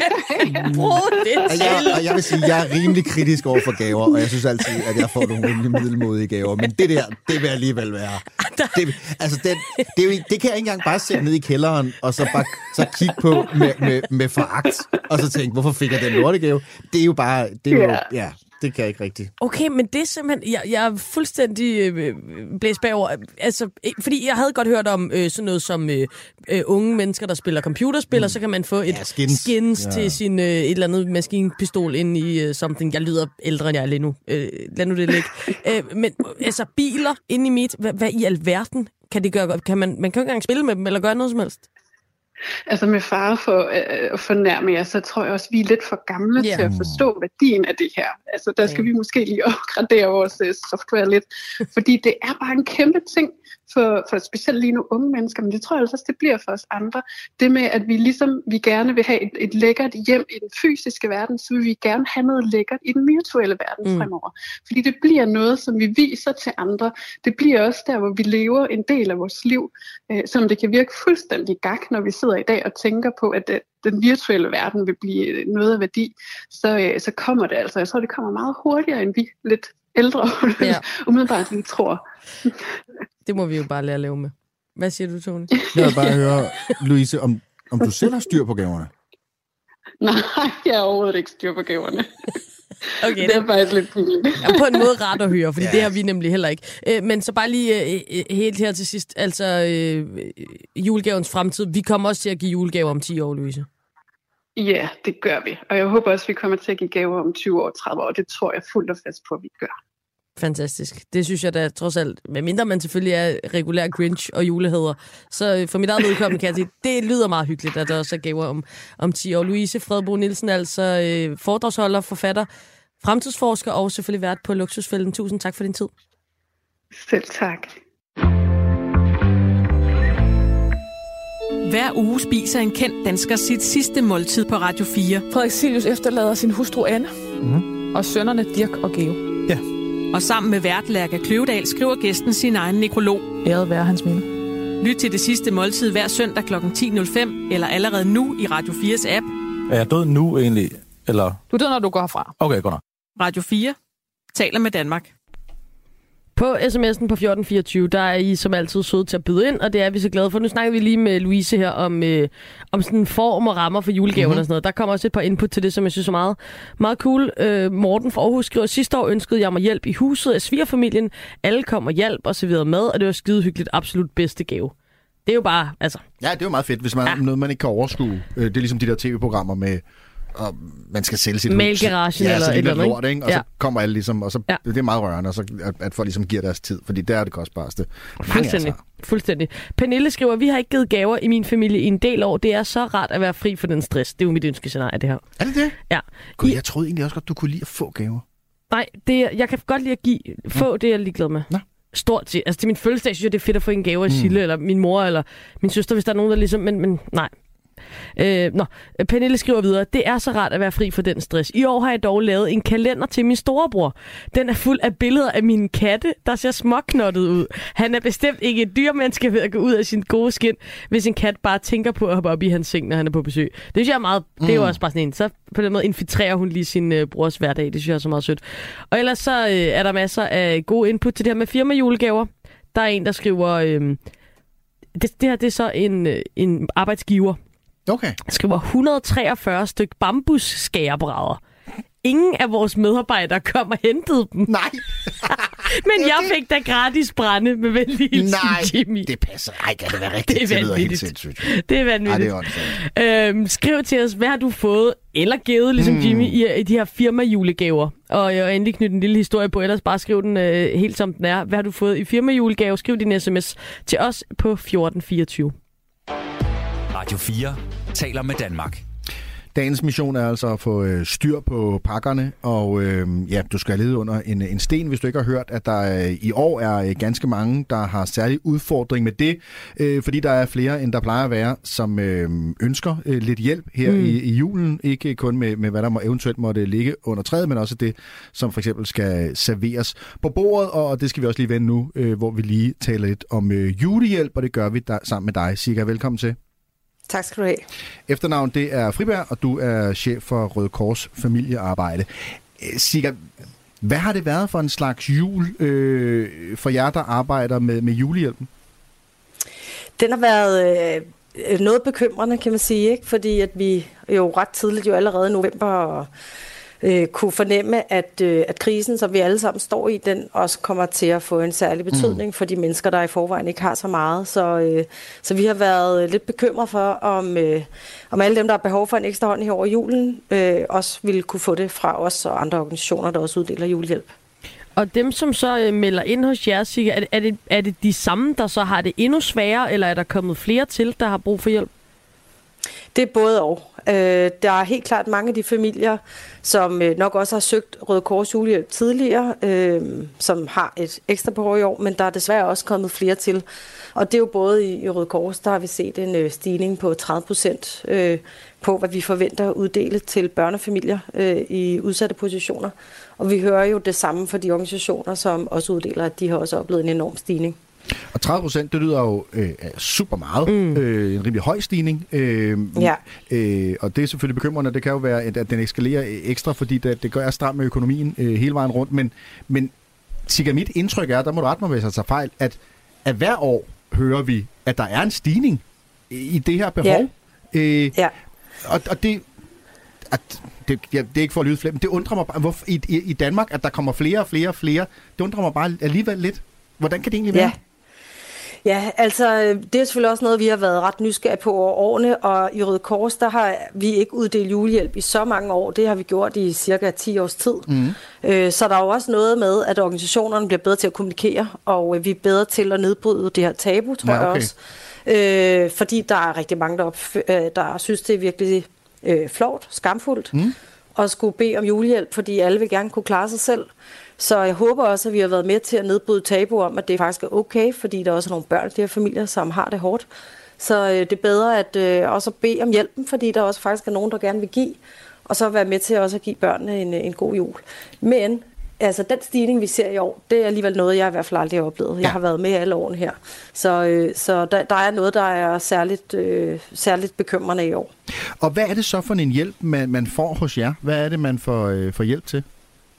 det jeg, og jeg vil sige, jeg er rimelig kritisk over for gaver, og jeg synes altid, at jeg får nogle rimelig middelmodige gaver. Men det der, det vil alligevel være. Det, altså, det, det, det, det kan jeg ikke engang bare sætte ned i kælderen, og så bare så kigge på med, med, med foragt, og så tænke, hvorfor fik jeg den lortegave? Det er jo bare, det er jo, ja. Det kan jeg ikke rigtigt. Okay, men det er simpelthen... Jeg, jeg er fuldstændig øh, blæst bagover. Altså, fordi jeg havde godt hørt om øh, sådan noget som øh, øh, unge mennesker, der spiller computerspil, mm. og så kan man få et ja, skins, skins ja. til sin øh, et eller andet maskinpistol ind i øh, something. Jeg lyder ældre, end jeg er lige nu. Øh, lad nu det ligge. øh, men altså, biler inde i mit... Hvad, hvad i alverden kan det gøre? Kan man, man kan jo ikke engang spille med dem, eller gøre noget som helst? Altså med fare for øh, at fornærme jer, så tror jeg også, vi er lidt for gamle yeah. til at forstå værdien af det her. Altså der skal okay. vi måske lige opgradere vores øh, software lidt, fordi det er bare en kæmpe ting for, for specielt lige nu unge mennesker, men det tror jeg altså også, det bliver for os andre. Det med, at vi ligesom vi gerne vil have et, et lækkert hjem i den fysiske verden, så vil vi gerne have noget lækkert i den virtuelle verden mm. fremover. Fordi det bliver noget, som vi viser til andre. Det bliver også der, hvor vi lever en del af vores liv, øh, selvom det kan virke fuldstændig gak, når vi sidder i dag og tænker på, at det, den virtuelle verden vil blive noget af værdi, så, øh, så kommer det altså. Jeg tror, det kommer meget hurtigere, end vi lidt ældre ja. umiddelbart vi tror. Det må vi jo bare lære at leve med. Hvad siger du, Tony? Jeg vil bare høre, Louise, om, om du selv har styr på gaverne? Nej, jeg har overhovedet ikke styr på gaverne. Okay, det er det, faktisk lidt pinligt. Ja, på en måde rart at høre, fordi ja. det har vi nemlig heller ikke. Øh, men så bare lige øh, helt her til sidst, altså øh, julegavens fremtid. Vi kommer også til at give julegaver om ti år, Louise. Ja, det gør vi. Og jeg håber også, at vi kommer til at give gaver om tyve år, tredive år. Det tror jeg fuldt og fast på, at vi gør. Fantastisk. Det synes jeg da trods alt, medmindre man selvfølgelig er regulær Grinch og julehader, så for mit eget vedkommende kan jeg sige, det lyder meget hyggeligt, at der også er gaver om, om ti år. Louise Fredbo Nielsen, altså øh, foredragsholder, forfatter, fremtidsforsker og selvfølgelig vært på Luksusfælden. Tusind tak for din tid. Selv tak. Hver uge spiser en kendt dansker sit sidste måltid på Radio fire. Frederik Sillius efterlader sin hustru Anne mm-hmm. og sønnerne Dirk og Geo. Ja. Og sammen med vært Lærke Kløvedal skriver gæsten sin egen nekrolog. Æret være hans minde. Lyt til det sidste måltid hver søndag klokken ti nul fem, eller allerede nu i Radio fires app. Er jeg død nu egentlig, eller? Du er død, når du går herfra. Okay, godt nok. Radio fire taler med Danmark. På sms'en på fjorten fireogtyve, der er I som altid søde til at byde ind, og det er vi så glade for. Nu snakker vi lige med Louise her om, øh, om sådan en form og rammer for julegaverne mm-hmm. og sådan noget. Der kommer også et par input til det, som jeg synes er meget, meget cool. Øh, Morten fra Aarhus skriver, sidste år ønskede jeg mig hjælp i huset af svigerfamilien. Alle kom og hjalp og serverede mad, og det var skide hyggeligt. Absolut bedste gave. Det er jo bare, altså... Ja, det er jo meget fedt, hvis man ja. noget, man ikke kan overskue. Det er ligesom de der tv-programmer med... og man skal sælge sit Mailgaragen ja, eller et eller andet. Lort, ikke? Og ja. så kommer alle ligesom, og så, ja. det er meget rørende, og så, at, at folk ligesom giver deres tid, fordi det er det kostbareste. Fuldstændig. Fuldstændig. Pernille skriver, vi har ikke givet gaver i min familie i en del år. Det er så rart at være fri for den stress. Det er jo mit ønskescenarie, det her. Er det det? Ja. God, jeg troede egentlig også godt, du kunne lide at få gaver. Nej, det, jeg kan godt lide at give. Få, ja. det er jeg ligeglad med. Nå. Stort til. Altså til min fødselsdag synes jeg, det er fedt at få en gave af mm. Sille, eller min mor, eller min søster, hvis der er nogen, der ligesom... Men, men nej. Øh, nå, Pernille skriver videre, det er så rart at være fri for den stress. I år har jeg dog lavet en kalender til min storebror. Den er fuld af billeder af mine katte, der ser småknottet ud. Han er bestemt ikke et dyrmenneske ved at gå ud af sin gode skin, hvis en kat bare tænker på at hoppe op i hans seng, når han er på besøg. Det synes jeg er meget, mm. det er jo også bare sådan en. Så på den måde infiltrerer hun lige sin øh, brors hverdag. Det synes jeg er så meget sødt. Og ellers så øh, er der masser af gode input til det her med firmajulegaver. Der er en, der skriver, øh, det, det her det er så en, øh, en arbejdsgiver. Okay. Skriver et hundrede og treogfyrre styk bambusskærebrædder. Ingen af vores medarbejdere kom og hentede dem. Nej. Men jeg fik da gratis brænde med venlig hilsen, Jimmy. Det passer. Ej, kan det være rigtigt? Det er vanvittigt. Det lyder helt sindssygt. Det er vanvittigt. Ej, det er øhm, skriv til os, hvad har du fået eller givet, ligesom hmm. Jimmy, i, i de her firmajulegaver? Og jeg har endelig knyttet en lille historie på, ellers bare skriv den øh, helt som den er. Hvad har du fået i firmajulegave? Skriv din sms til os på fjorten fireogtyve. Radio fire taler med Danmark. Dagens mission er altså at få øh, styr på pakkerne, og øh, ja, du skal lede under en, en sten, hvis du ikke har hørt, at der øh, i år er øh, ganske mange, der har særlig udfordring med det, øh, fordi der er flere, end der plejer at være, som øh, ønsker øh, lidt hjælp her mm. i, i julen. Ikke kun med, med, hvad der må, eventuelt måtte ligge under træet, men også det, som for eksempel skal serveres på bordet, og det skal vi også lige vende nu, øh, hvor vi lige taler lidt om øh, julehjælp, og det gør vi der, sammen med dig, Sigga. Velkommen til. Tak skal du have. Efternavn, det er Friberg, og du er chef for Røde Kors familiearbejde. Sigga, hvad har det været for en slags jul øh, for jer, der arbejder med, med julehjælpen? Den har været øh, noget bekymrende, kan man sige, ikke? Fordi at vi jo ret tidligt, jo allerede i november, og, øh, kunne fornemme, at, øh, at krisen, som vi alle sammen står i, den også kommer til at få en særlig betydning mm. for de mennesker, der i forvejen ikke har så meget. Så, øh, så vi har været lidt bekymret for, om, øh, om alle dem, der har behov for en ekstra hånd her over julen, øh, også ville kunne få det fra os og andre organisationer, der også uddeler julehjælp. Og dem, som så øh, melder ind hos jer, Sigga, er det, er, det, er det de samme, der så har det endnu sværere, eller er der kommet flere til, der har brug for hjælp? Det er både og. Øh, der er helt klart mange af de familier, som øh, nok også har søgt Røde Kors julehjælp tidligere, øh, som har et ekstra behov i år, men der er desværre også kommet flere til. Og det er jo både i, i Røde Kors, der har vi set en øh, stigning på tredive procent øh, på, hvad vi forventer at uddele til børnefamilier øh, i udsatte positioner. Og vi hører jo det samme fra de organisationer, som også uddeler, at de har også oplevet en enorm stigning. Og tredive procent, det lyder jo øh, super meget. Mm. Øh, en rimelig høj stigning. Øh, ja. øh, og det er selvfølgelig bekymrende. Det kan jo være, at den eskalerer ekstra, fordi det, det gør stramt med økonomien øh, hele vejen rundt. Men, men Sigga, mit indtryk er, der må du rette mig, hvis jeg tager fejl, at, at hver år hører vi, at der er en stigning i det her behov. Ja. Øh, ja. Og, og det... At, det, ja, det er ikke for at lyde flere, men det undrer mig bare, hvorfor, i, i, i Danmark, at der kommer flere og flere og flere. Det undrer mig bare alligevel lidt. Hvordan kan det egentlig være? Ja. Ja, altså det er selvfølgelig også noget, vi har været ret nysgerrige på over årene, og i Røde Kors, der har vi ikke uddelt julehjælp i så mange år. Det har vi gjort i cirka ti års tid. Mm. Øh, så der er jo også noget med, at organisationerne bliver bedre til at kommunikere, og vi er bedre til at nedbryde det her tabu, tror ja, okay. jeg også. Øh, fordi der er rigtig mange, der, opf- der synes, det er virkelig øh, flovt, skamfuldt, mm. at skulle bede om julehjælp, fordi alle vil gerne kunne klare sig selv. Så jeg håber også, at vi har været med til at nedbryde tabu om, at det faktisk er okay, fordi der også er nogle børn i de her familier, som har det hårdt. Så øh, det er bedre at øh, også bede om hjælpen, fordi der også faktisk er nogen, der gerne vil give, og så være med til også at give børnene en, en god jul. Men altså, den stigning, vi ser i år, det er alligevel noget, jeg i hvert fald aldrig har oplevet. Jeg ja. har været med alle årene her. Så, øh, så der, der er noget, der er særligt, øh, særligt bekymrende i år. Og hvad er det så for en hjælp, man, man får hos jer? Hvad er det, man får, øh, får hjælp til?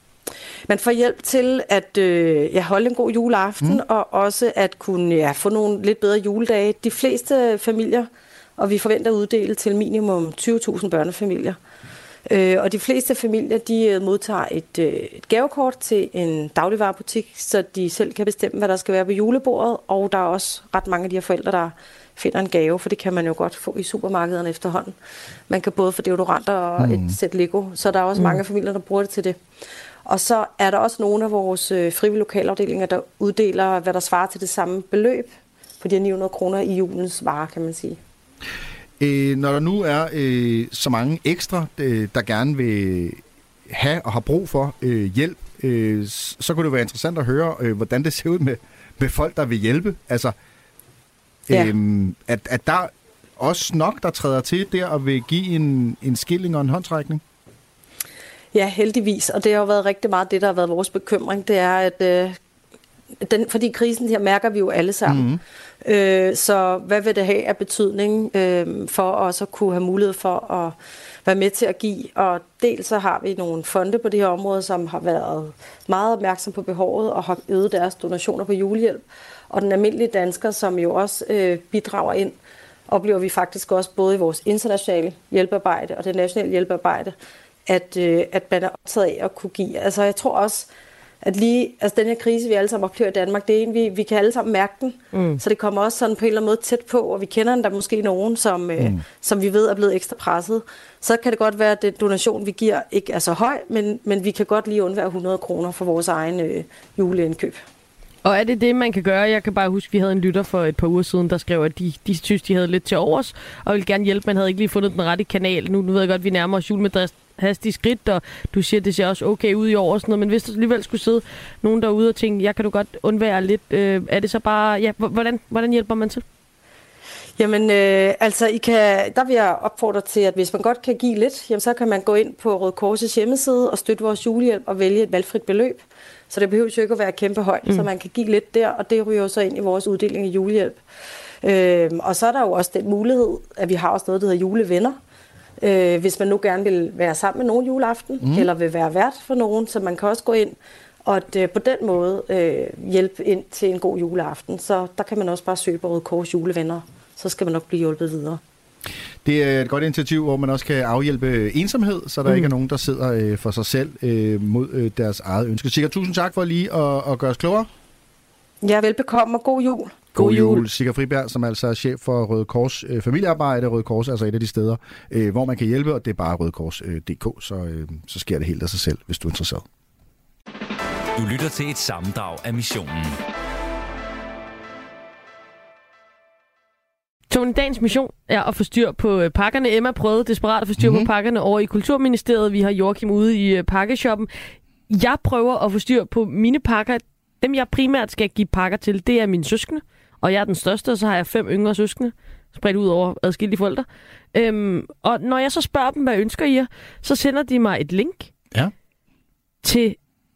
Man får hjælp til at øh, ja, holde en god juleaften, mm. og også at kunne ja, få nogle lidt bedre juledage. De fleste familier, og vi forventer at uddele til minimum tyve tusind børnefamilier, Øh, og de fleste familier, de modtager et, øh, et gavekort til en dagligvarebutik, så de selv kan bestemme, hvad der skal være på julebordet. Og der er også ret mange af de her forældre, der finder en gave, for det kan man jo godt få i supermarkederne efterhånden. Man kan både få deodoranter og mm. et sæt Lego, så der er også mm. mange familier, der bruger det til det. Og så er der også nogle af vores øh, frivillige lokalafdelinger, der uddeler, hvad der svarer til det samme beløb på de her ni hundrede kroner i julens varer, kan man sige. Øh, når der nu er øh, så mange ekstra, øh, der gerne vil have og har brug for øh, hjælp, øh, så kunne det være interessant at høre, øh, hvordan det ser ud med, med folk, der vil hjælpe. Altså, ja. øh, at, at der også nok, der træder til der og vil give en, en skilling og en håndtrækning? Ja, heldigvis. Og det har jo været rigtig meget det, der har været vores bekymring. Det er, at øh, den, fordi krisen her mærker vi jo alle sammen. Mm-hmm. Øh, så hvad vil det have af betydning øh, for os at kunne have mulighed for at være med til at give? Og dels så har vi nogle fonde på det her område, som har været meget opmærksom på behovet og har øget deres donationer på julehjælp. Og den almindelige dansker, som jo også øh, bidrager ind, oplever vi faktisk også både i vores internationale hjælpearbejde og det nationale hjælpearbejde, at, øh, at man er optaget af at kunne give. Altså jeg tror også, at lige, altså den her krise, vi alle sammen oplever i Danmark, det er en, vi, vi kan alle sammen mærke den. Mm. Så det kommer også sådan på en eller anden måde tæt på, og vi kender der måske nogen, som, mm. øh, som vi ved er blevet ekstra presset. Så kan det godt være, at den donation, vi giver, ikke er så høj, men, men vi kan godt lige undvære hundrede kroner for vores egen øh, juleindkøb. Og er det det, man kan gøre? Jeg kan bare huske, at vi havde en lytter for et par uger siden, der skrev, at de, de synes, de havde lidt til overs, og ville gerne hjælpe. Man havde ikke lige fundet den rette kanal. Nu, nu ved jeg godt, at vi nærmer os jul med hastige skridt, og du siger, at det ser også okay ud i år og sådan noget. Men hvis der alligevel skulle sidde nogen derude og tænke, jeg kan du godt undvære lidt, øh, er det så bare, ja, hvordan, hvordan hjælper man til? Jamen, øh, altså, I kan, der vil jeg opfordre til, at hvis man godt kan give lidt, jamen, så kan man gå ind på Røde Kors' hjemmeside og støtte vores julehjælp og vælge et valgfrit beløb. Så det behøver jo ikke at være kæmpe højt, mm. så man kan give lidt der, og det ryger jo så ind i vores uddeling af julehjælp. Øh, og så er der jo også den mulighed, at vi har også noget, der hedder julevenner. Øh, hvis man nu gerne vil være sammen med nogen juleaften, mm. eller vil være vært for nogen, så man kan også gå ind og at, øh, på den måde øh, hjælpe ind til en god juleaften. Så der kan man også bare søge på Røde Kors julevenner. Så skal man nok blive hjulpet videre. Det er et godt initiativ, hvor man også kan afhjælpe ensomhed, så der mm. ikke er nogen, der sidder øh, for sig selv øh, mod øh, deres eget ønske. Sigga, tusind tak for lige at, at gøre os klogere. Ja, velbekomme og god jul. God, god jul. jul. Sigga Friberg, som altså er chef for Røde Kors øh, familiearbejde. Røde Kors er altså et af de steder, øh, hvor man kan hjælpe, og det er bare rødekors punktum d k, så, øh, så sker det helt af sig selv, hvis du er interesseret. Du lytter til et sammendrag af missionen. Tony, dagens mission er at få styr på pakkerne. Emma prøvede desperat at få styr mm-hmm. på pakkerne over i Kulturministeriet. Vi har Joachim ude i pakkeshoppen. Jeg prøver at få styr på mine pakker. Dem, jeg primært skal give pakker til, det er mine søskende. Og jeg er den største, og så har jeg fem yngre søskende, spredt ud over adskillige forældre. Øhm, og når jeg så spørger dem, hvad ønsker I, så sender de mig et link ja. til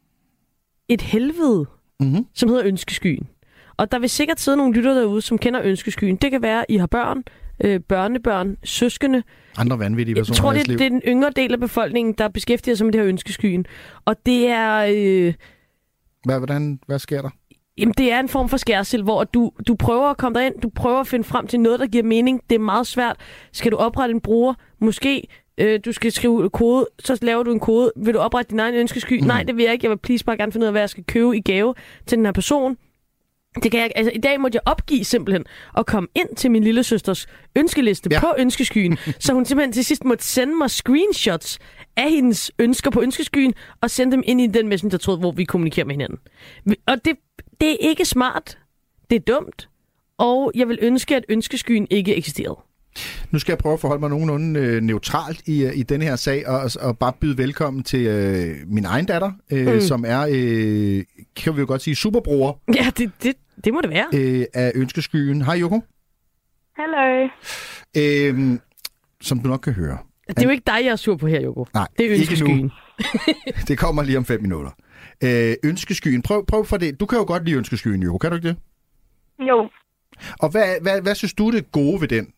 et helvede, mm-hmm. som hedder Ønskeskyen. Og der vil sikkert sidde nogle lytter derude, som kender Ønskeskyen. Det kan være, at I har børn, øh, børnebørn, søskende. Andre vanvittige personer. Jeg tror, det, det er den yngre del af befolkningen, der beskæftiger sig med det her Ønskeskyen. Og det er... Øh, hvad, hvordan, hvad sker der? Jamen, det er en form for skærsild, hvor du, du prøver at komme derind, du prøver at finde frem til noget, der giver mening. Det er meget svært. Skal du oprette en bruger? Måske øh, du skal skrive kode, så laver du en kode. Vil du oprette din egen ønskesky? Mm. Nej, det vil jeg ikke. Jeg vil please bare gerne finde ud af, hvad jeg skal købe i gave til den her person. Det kan jeg, altså, i dag måtte jeg opgive simpelthen og komme ind til min lille søsters ønskeliste ja. på ønskeskyen, så hun simpelthen til sidst måtte sende mig screenshots af hendes ønsker på ønskeskyen og sende dem ind i den messenger-tråd, hvor vi kommunikerer med hinanden. Og det, det er ikke smart. Det er dumt. Og jeg vil ønske, at ønskeskyen ikke eksisterede. Nu skal jeg prøve at forholde mig nogenlunde øh, neutralt i, i denne her sag, og, og bare byde velkommen til øh, min egen datter, øh, mm. som er, øh, kan vi jo godt sige, superbror. Ja, det, det, det må det være. Øh, af ønskeskyen. Hej, Joko. Hallo. Øh, som du nok kan høre. Det er jo ikke dig, jeg er sur på her, Joko. Nej, det er ønskeskyen. Det kommer lige om fem minutter. Øh, ønskeskyen. Prøv, prøv for det. Du kan jo godt lide ønskeskyen, Joko. Kan du ikke det? Jo. Og hvad, hvad, hvad synes du det gode ved den?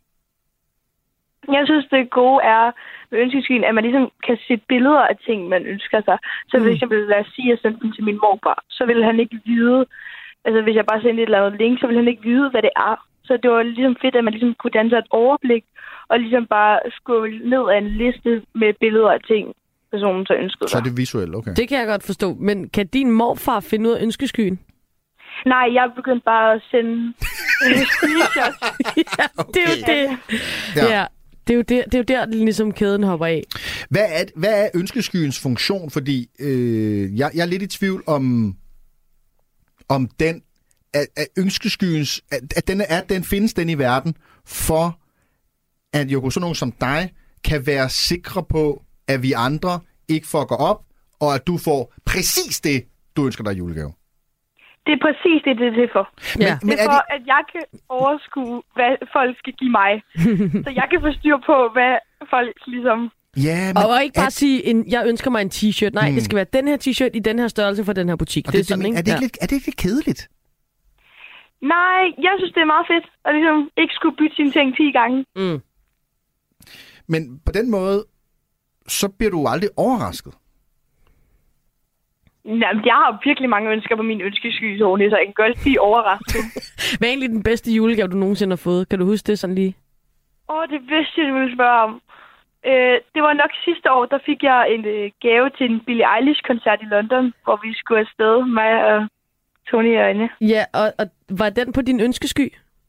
Jeg synes, det gode er med ønskeskyen, at man ligesom kan se billeder af ting, man ønsker sig. Så for eksempel, lad os sige, at jeg sendte den til min morfar, så ville han ikke vide, altså hvis jeg bare sendte et eller andet link, så ville han ikke vide, hvad det er. Så det var ligesom fedt, at man ligesom kunne danne sig et overblik, og ligesom bare skåle ned af en liste med billeder af ting, personen så ønskede. Så er det visuelt, okay. Det kan jeg godt forstå. Men kan din morfar finde ud af ønskeskyen? Nej, jeg begyndte bare at sende screenshots. Ja, det er jo det. Ja. ja. Det er, jo der, det er jo der, ligesom kæden hopper af. Hvad er, hvad er ønskeskyens funktion? Fordi øh, jeg, jeg er lidt i tvivl om, om den, at, at ønskeskyens, at, at den, at den findes den i verden, for at jo sådan nogen som dig kan være sikre på, at vi andre ikke fucker op, og at du får præcis det, du ønsker dig i julegave. Det er præcis det, det er til for. Ja. Det er for, det... at jeg kan overskue, hvad folk skal give mig. Så jeg kan få styr på, hvad folk ligesom... Ja, men og ikke bare at... sige, en, jeg ønsker mig en t-shirt. Nej, hmm. det skal være den her t-shirt i den her størrelse for den her butik. Det, det er, det, sådan, ikke? Er, det ikke ja. lidt, er det ikke lidt kedeligt? Nej, jeg synes, det er meget fedt at ligesom ikke skulle bytte sine ting ti gange. Mm. Men på den måde, så bliver du aldrig overrasket. Jamen, jeg har virkelig mange ønsker på min ønskesky, så jeg kan godt blive overrasket. Hvad er egentlig den bedste julegave, du nogensinde har fået? Kan du huske det sådan lige? Åh, oh, det vidste jeg, du ville spørge om. Øh, det var nok sidste år, der fik jeg en øh, gave til en Billie Eilish-koncert i London, hvor vi skulle afsted, mig og Tony og Anne. Ja, og, og var den på din ønskesky?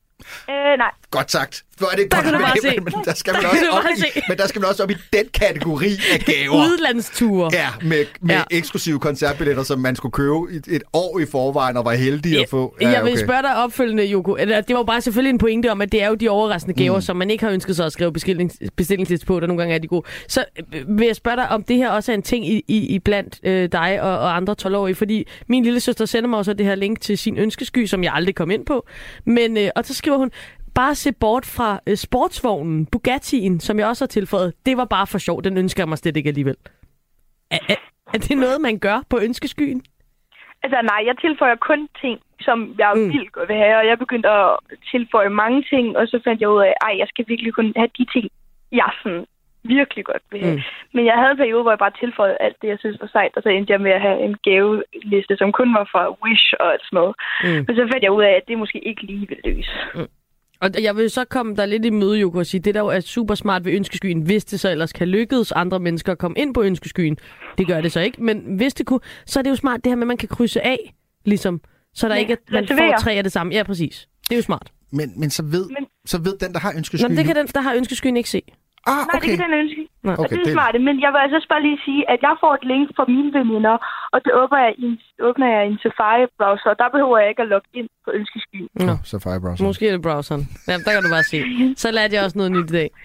Øh, nej. Godt sagt. Hvor er det der godt, kan du bare men, se. Men, men, der skal man også op i, men der skal man også op i den kategori af gaver. Udlandsture. Ja, med, med ja. eksklusive koncertbilletter, som man skulle købe et, et år i forvejen og var heldig ja, at få. Ja, jeg vil okay. spørge dig opfølgende, Joko. Det var bare selvfølgelig en pointe om, at det er jo de overraskende gaver, mm. som man ikke har ønsket sig at skrive bestillingsliste på, der nogle gange er de gode. Så vil jeg spørge dig, om det her også er en ting i, i, i blandt øh, dig og, og andre tolv-årige, fordi min lille søster sender mig også det her link til sin ønskesky, som jeg aldrig kom ind på. Men, øh, og så skriver hun, bare se bort fra øh, sportsvognen, Bugatti'en, som jeg også har tilføjet. Det var bare for sjov. Den ønsker jeg mig slet ikke alligevel. Er, er, er det noget, man gør på ønskeskyen? Altså nej, jeg tilføjer kun ting, som jeg mm. vildt godt vil have, og jeg begyndte at tilføje mange ting, og så fandt jeg ud af, at jeg skal virkelig kun have de ting, jeg sådan virkelig godt vil have. Mm. Men jeg havde en periode, hvor jeg bare tilføjede alt det, jeg synes var sejt, og så endte jeg med at have en gaveliste, som kun var fra Wish og sådan noget. Mm. Men så fandt jeg ud af, at det måske ikke lige ville løse. Mm. Og jeg vil så komme der lidt i møde, Joko, og sige, det der jo er super smart ved ønskeskyen, hvis det så ellers kan lykkes andre mennesker at komme ind på ønskeskyen. Det gør det så ikke, men hvis det kunne, så er det jo smart det her med, at man kan krydse af, ligesom, så der ja, ikke er, man får tre af det samme. Ja, præcis. Det er jo smart. Men, men, så, ved, men så ved den, der har ønskeskyen... Nå, det kan den, der har ønskeskyen ikke se. Ah, okay. Nej, det kan den ønske. Okay, og det er smart, men jeg vil altså bare lige sige, at jeg får et link fra mine veninder, og det åbner jeg i en, åbner jeg i en Safari-browser, og der behøver jeg ikke at logge ind på ønskeskyen. Nå, oh, Safari-browser. Måske er det browseren. Ja, der kan du bare se. Så lærte jeg også noget nyt i dag.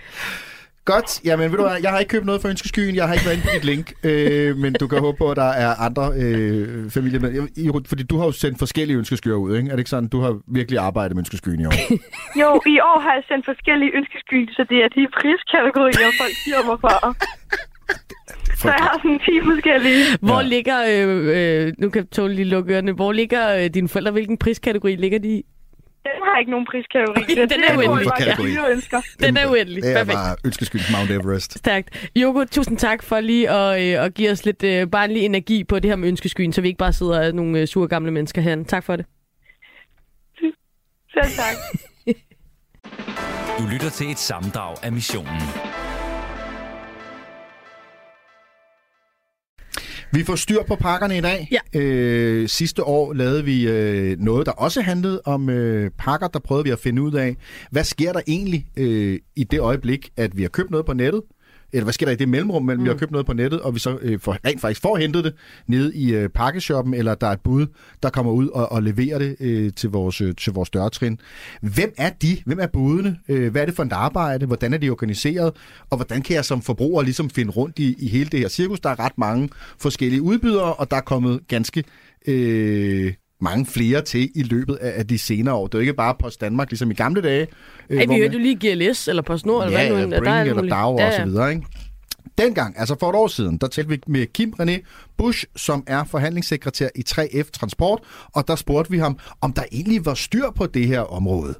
Godt. Jamen, ved du hvad, jeg har ikke købt noget for ønskeskyen. Jeg har ikke været inde på dit link. Øh, men du kan håbe på, at der er andre øh, familiemedlemmer. Fordi du har jo sendt forskellige ønskeskyer ud, ikke? Er det ikke sådan, du har virkelig arbejdet med ønskeskyen i år? Jo, i år har jeg sendt forskellige ønskeskyer, så det er de priskategorier, folk giver mig for. Så jeg har sådan ti forskellige. Hvor ja. ligger, øh, øh, nu kan Tone lige lukke ørerne, hvor ligger øh, dine forældre, hvilken priskategori ligger de i? Den har ikke nogen priskategori. Okay, den er uendelig. Ja. Den er uendelig. Det er bare ønskeskyens Mount Everest. Stærkt. Joko, tusind tak for lige at, øh, at give os lidt øh, barnlig energi på det her med ønskeskyen, så vi ikke bare sidder af nogle øh, sure gamle mennesker herinde. Tak for det. Selv tak. Du lytter til et sammendrag af missionen. Vi får styr på pakkerne i dag. Ja. Øh, sidste år lavede vi øh, noget, der også handlede om øh, pakker. Der prøvede vi at finde ud af, hvad sker der egentlig øh, i det øjeblik, at vi har købt noget på nettet? Eller hvad sker der i det mellemrum, mellem mm. vi har købt noget på nettet, og vi så øh, får, rent faktisk får hentet det nede i øh, pakkeshoppen, eller der er et bud, der kommer ud og, og leverer det øh, til vores, øh, til vores dørtrin. Hvem er de? Hvem er budene? Øh, hvad er det for et arbejde? Hvordan er de organiseret? Og hvordan kan jeg som forbruger ligesom finde rundt i, i hele det her cirkus? Der er ret mange forskellige udbydere, og der er kommet ganske... Øh, mange flere til i løbet af de senere år. Det er jo ikke bare Post Danmark, ligesom i gamle dage. Øh, Ej, vi hørte jo lige G L S, eller PostNord, eller ja, hvad nu? Ja, Bring, eller muligt. Dag, ja, ja. og så videre, ikke? Dengang, altså for et år siden, der talte vi med Kim René Busch, som er forhandlingssekretær i tre F Transport, og der spurgte vi ham, om der egentlig var styr på det her område.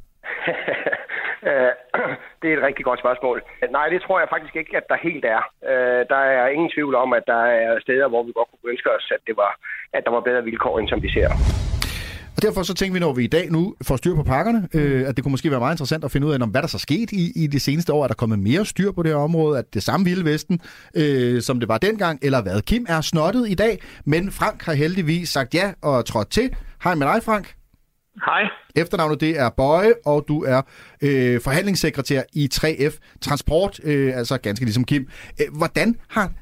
Det er et rigtig godt spørgsmål. Nej, det tror jeg faktisk ikke, at der helt er. Der er ingen tvivl om, at der er steder, hvor vi godt kunne ønske os, at, det var, at der var bedre vilkår, end som vi ser. Og derfor så tænker vi, når vi i dag nu får styr på pakkerne, øh, at det kunne måske være meget interessant at finde ud af, hvad der så sket i, i de seneste år. Er der kommet mere styr på det her område? At det samme Vilde Vesten, øh, som det var dengang, eller hvad? Kim er snottet i dag, men Frank har heldigvis sagt ja og trådt til. Hej med dig, Frank. Hej. Efternavnet det er Bøje, og du er øh, forhandlingssekretær i tre F Transport, øh, altså ganske ligesom Kim. Øh, hvordan har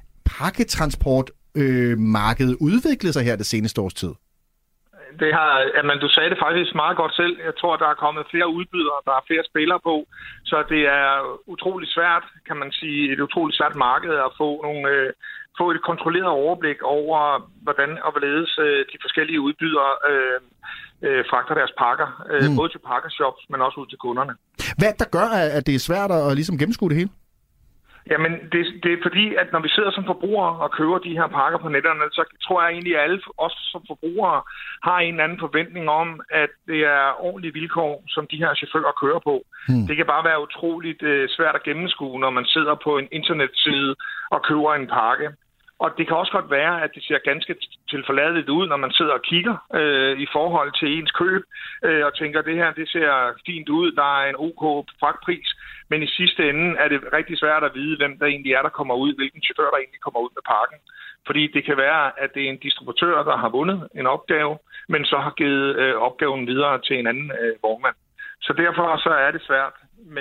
pakketransportmarkedet øh, udviklet sig her det seneste års tid? Det har, jamen, du sagde det faktisk meget godt selv. Jeg tror, der er kommet flere udbydere, der er flere spillere på, så det er utrolig svært, kan man sige, et utroligt svært marked at få nogle... Øh, få et kontrolleret overblik over, hvordan og hvorledes øh, de forskellige udbydere øh, øh, fragter deres pakker, øh, mm. både til pakkershops, men også ud til kunderne. Hvad der gør, at det er svært at ligesom gennemskue det hele? Jamen, det, det er fordi, at når vi sidder som forbrugere og køber de her pakker på netterne, så tror jeg egentlig, at alle os som forbrugere har en eller anden forventning om, at det er ordentlige vilkår, som de her chauffører kører på. Hmm. Det kan bare være utroligt øh, svært at gennemskue, når man sidder på en internetside og køber en pakke. Og det kan også godt være, at det ser ganske tilforladeligt ud, når man sidder og kigger øh, i forhold til ens køb, øh, og tænker, at det her det ser fint ud, der er en OK fragtpris, men i sidste ende er det rigtig svært at vide, hvem der egentlig er, der kommer ud, hvilken chauffør, der egentlig kommer ud med pakken. Fordi det kan være, at det er en distributør, der har vundet en opgave, men så har givet øh, opgaven videre til en anden øh, vognmand. Så derfor så er det svært, men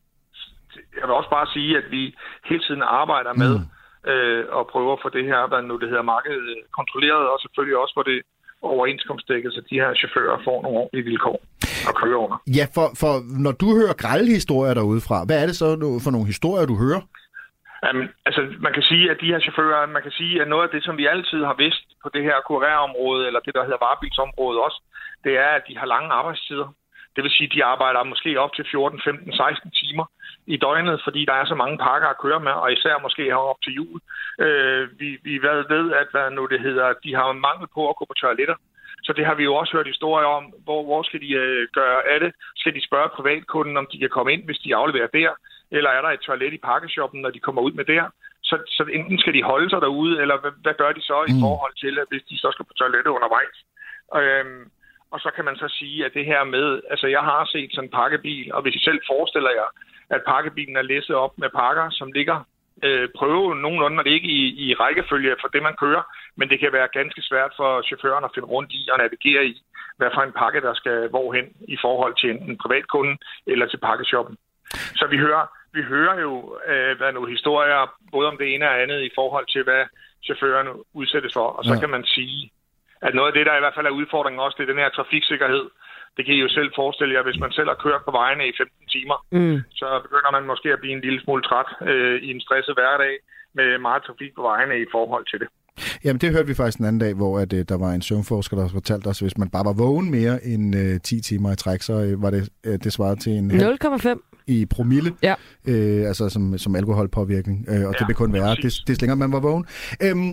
jeg vil også bare sige, at vi hele tiden arbejder med mm. og prøver at få det her, hvad nu det hedder, markedet kontrolleret, og selvfølgelig også for det overenskomstdækket, så de her chauffører får nogle ordentlige vilkår at køre under. Ja, for, for når du hører grælde historier derudefra, hvad er det så for nogle historier, du hører? Jamen, altså, man kan sige, at de her chauffører, man kan sige, at noget af det, som vi altid har vidst på det her kurerområde, eller det, der hedder varebilsområde også, det er, at de har lange arbejdstider. Det vil sige, at de arbejder måske op til fjorten, femten, seksten timer i døgnet, fordi der er så mange pakker at køre med, og især måske her op til jul. Øh, vi, vi ved, at hvad nu det hedder, de har mangel på at gå på toiletter. Så det har vi jo også hørt historier om, hvor, hvor skal de øh, gøre af det? Skal de spørge privatkunden, om de kan komme ind, hvis de afleverer der? Eller er der et toilet i pakkeshoppen, når de kommer ud med der? Så, så enten skal de holde sig derude, eller hvad, hvad gør de så i forhold til, at hvis de så skal på toilettet undervejs? Øh, Og så kan man så sige, at det her med, altså jeg har set sådan en pakkebil, og hvis I selv forestiller jer, at pakkebilen er læsset op med pakker, som ligger øh, prøve nogenlunde at ligge i, i rækkefølge for det, man kører, men det kan være ganske svært for chaufføren at finde rundt i og navigere i, hvad for en pakke, der skal hvorhen i forhold til enten privatkunden eller til pakkeshoppen. Så vi hører, vi hører jo øh, hvad nu, historier, både om det ene og andet i forhold til, hvad chaufføren udsættes for, og så ja. kan man sige, at noget af det, der i hvert fald er udfordringen også, det er den her trafiksikkerhed. Det kan I jo selv forestille jer, hvis man selv har kørt på vejene i femten timer, mm. så begynder man måske at blive en lille smule træt øh, i en stresset hverdag med meget trafik på vejene i forhold til det. Jamen det hørte vi faktisk en anden dag, hvor at, øh, der var en søvnforsker, der fortalte os, at hvis man bare var vågen mere end øh, ti timer i træk, så øh, var det, øh, det svarede til en nul komma fem i promille, ja. øh, altså som, som alkoholpåvirkning, øh, og ja, det vil kun være, det, det længere man var vågen. Øhm,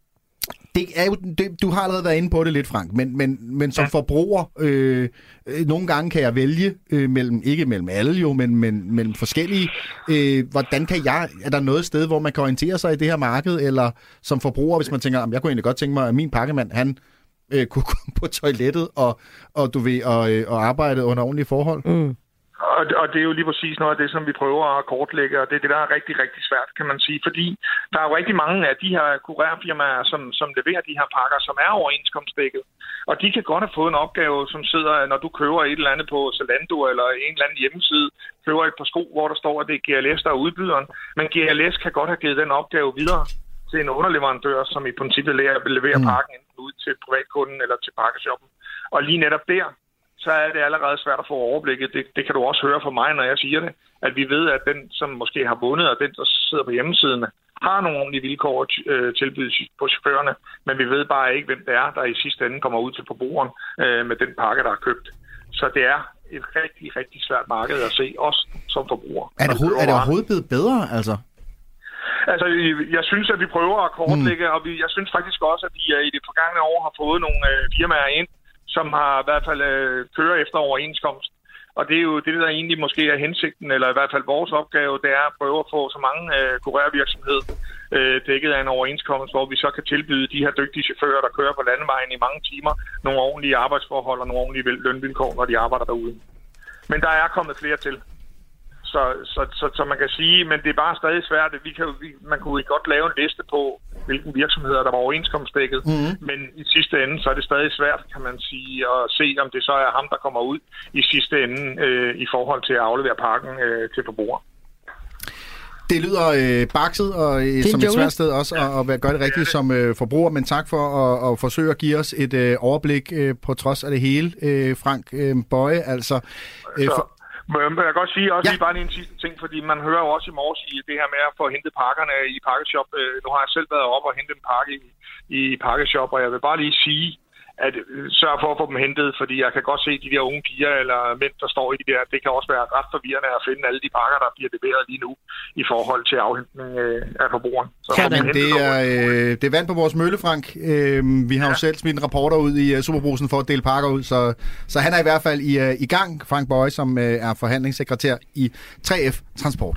Det er jo, det, du har allerede været inde på det lidt, Frank, men, men, men som ja. forbruger, øh, nogle gange kan jeg vælge, øh, mellem, ikke mellem alle jo, men, men mellem forskellige. Øh, hvordan kan jeg, er der noget sted, hvor man kan orientere sig i det her marked, eller som forbruger, hvis man tænker, jeg kunne egentlig godt tænke mig, at min pakkemand, han øh, kunne komme på toilettet og, og, du ved, og, øh, og arbejde under ordentlige forhold? Mm. Og, og det er jo lige præcis noget af det, som vi prøver at kortlægge, og det er det, der er rigtig, rigtig svært, kan man sige. Fordi der er jo rigtig mange af de her kurerfirmaer, som, som leverer de her pakker, som er overenskomstdækket. Og de kan godt have fået en opgave, som sidder, når du køber et eller andet på Zalando eller en eller anden hjemmeside, køber et par sko, hvor der står, at det er G L S, der er udbyderen. Men G L S kan godt have givet den opgave videre til en underleverandør, som i princippet leverer pakken enten ud til privatkunden eller til pakkeshoppen. Og lige netop der, så er det allerede svært at få overblikket. Det, det kan du også høre fra mig, når jeg siger det, at vi ved, at den, som måske har vundet, og den, der sidder på hjemmesiden, har nogle ordentlige vilkår at øh, tilbyde på chaufførerne, men vi ved bare ikke, hvem det er, der i sidste ende kommer ud til forbrugeren øh, med den pakke, der er købt. Så det er et rigtig, rigtig svært marked at se, også som forbruger. Er det, hoved, er det overhovedet blevet bedre, altså? Altså, jeg synes, at vi prøver at kortlægge, mm. og vi, jeg synes faktisk også, at vi i det forgangne år har fået nogle øh, firmaer ind, som har i hvert fald øh, kører efter overenskomst. Og det er jo det, der egentlig måske er hensigten, eller i hvert fald vores opgave, det er at prøve at få så mange øh, kurervirksomheder øh, dækket af en overenskomst, hvor vi så kan tilbyde de her dygtige chauffører, der kører på landevejen i mange timer, nogle ordentlige arbejdsforhold og nogle ordentlige lønvilkår, når de arbejder derude. Men der er kommet flere til. Så, så, så, så man kan sige, men det er bare stadig svært. Vi kan, vi, man kunne godt lave en liste på, hvilke virksomheder, der var overenskomstdækket. Mm-hmm. Men i sidste ende, så er det stadig svært, kan man sige, at se, om det så er ham, der kommer ud i sidste ende øh, i forhold til at aflevere pakken øh, til forbruger. Det lyder øh, bakset og øh, som et svært sted også ja. at, at gøre det rigtigt som øh, forbruger, men tak for at, at forsøge at give os et øh, overblik øh, på trods af det hele, øh, Frank øh, Bøje. Altså, øh, for Men jeg kan godt sige også ja. lige bare lige en sidste ting, fordi man hører jo også i morges i det her med at få hentet pakkerne i pakkeshop. Nu har jeg selv været oppe og hentet en pakke i, i pakkeshop, og jeg vil bare lige sige, at sørg for at få dem hentet, fordi jeg kan godt se de der unge piger eller mænd, der står i de der. Det kan også være ret forvirrende at finde alle de pakker, der bliver leveret lige nu i forhold til afhentning af forbrugeren. Så det, er, øh, det er vand på vores mølle, Frank. Øh, vi har ja. jo selv smidt en reporter ud i uh, Superbrugsen for at dele pakker ud, så, så han er i hvert fald i, uh, i gang, Frank Bøje, som uh, er forhandlingssekretær i tre F Transport.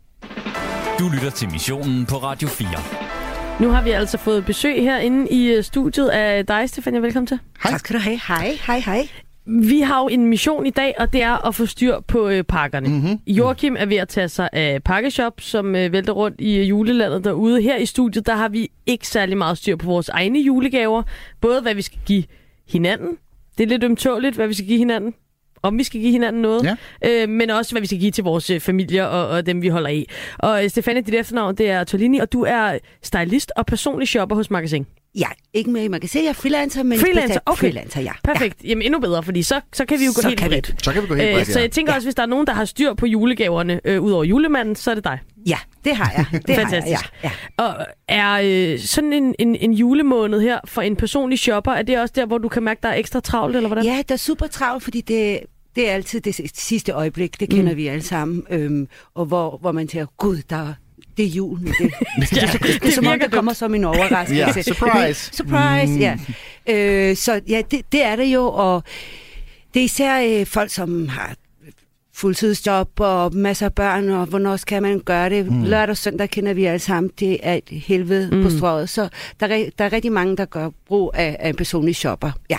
Du lytter til Missionen på Radio fire. Nu har vi altså fået besøg herinde i studiet af dig, Stefania. Velkommen til. Hej. Tak skal du have. Hej, hej, hej. Vi har jo en mission i dag, og det er at få styr på øh, pakkerne. Mm-hmm. Joachim er ved at tage sig af pakkeshop, som øh, vælter rundt i julelandet derude. Her i studiet, der har vi ikke særlig meget styr på vores egne julegaver. Både hvad vi skal give hinanden. Det er lidt ømtåligt, hvad vi skal give hinanden. Om vi skal give hinanden noget, ja. øh, men også hvad vi skal give til vores øh, familier og, og dem, vi holder i. Og øh, Stefania, dit efternavn, det er Torlini, og du er stylist og personlig shopper hos Magasin. Ja, ikke med i Magasin. Jeg er freelancer, men freelancer, okay. freelancer, ja. Perfekt. Ja. Jamen endnu bedre, fordi så, så kan vi jo gå så helt bredt. Så kan vi gå helt bredt, øh, Så jeg tænker ja. også, hvis der er nogen, der har styr på julegaverne øh, ud over julemanden, så er det dig. Ja, det har jeg. Det Fantastisk. Har jeg, ja. Og er øh, sådan en, en, en julemåned her for en personlig shopper, er det også der, hvor du kan mærke, der er ekstra travlt, eller hvordan? Ja, der er super travlt, fordi det Det er altid det sidste øjeblik, det kender mm. vi alle sammen, øhm, og hvor, hvor man tænker, gud, der, det er julen. Det, det, det, det, det, det, det er som om, der kommer som en overraskelse. Ja, surprise. Surprise, mm. ja. Øh, så ja, det, det er det jo, og det er især øh, folk, som har fuldtidsjob og masser af børn, og hvornår skal man gøre det? Mm. Lørdag og søndag kender vi alle sammen, det er et helvede mm. på strøget, så der er, der er rigtig mange, der gør brug af, af en personlig shopper, ja.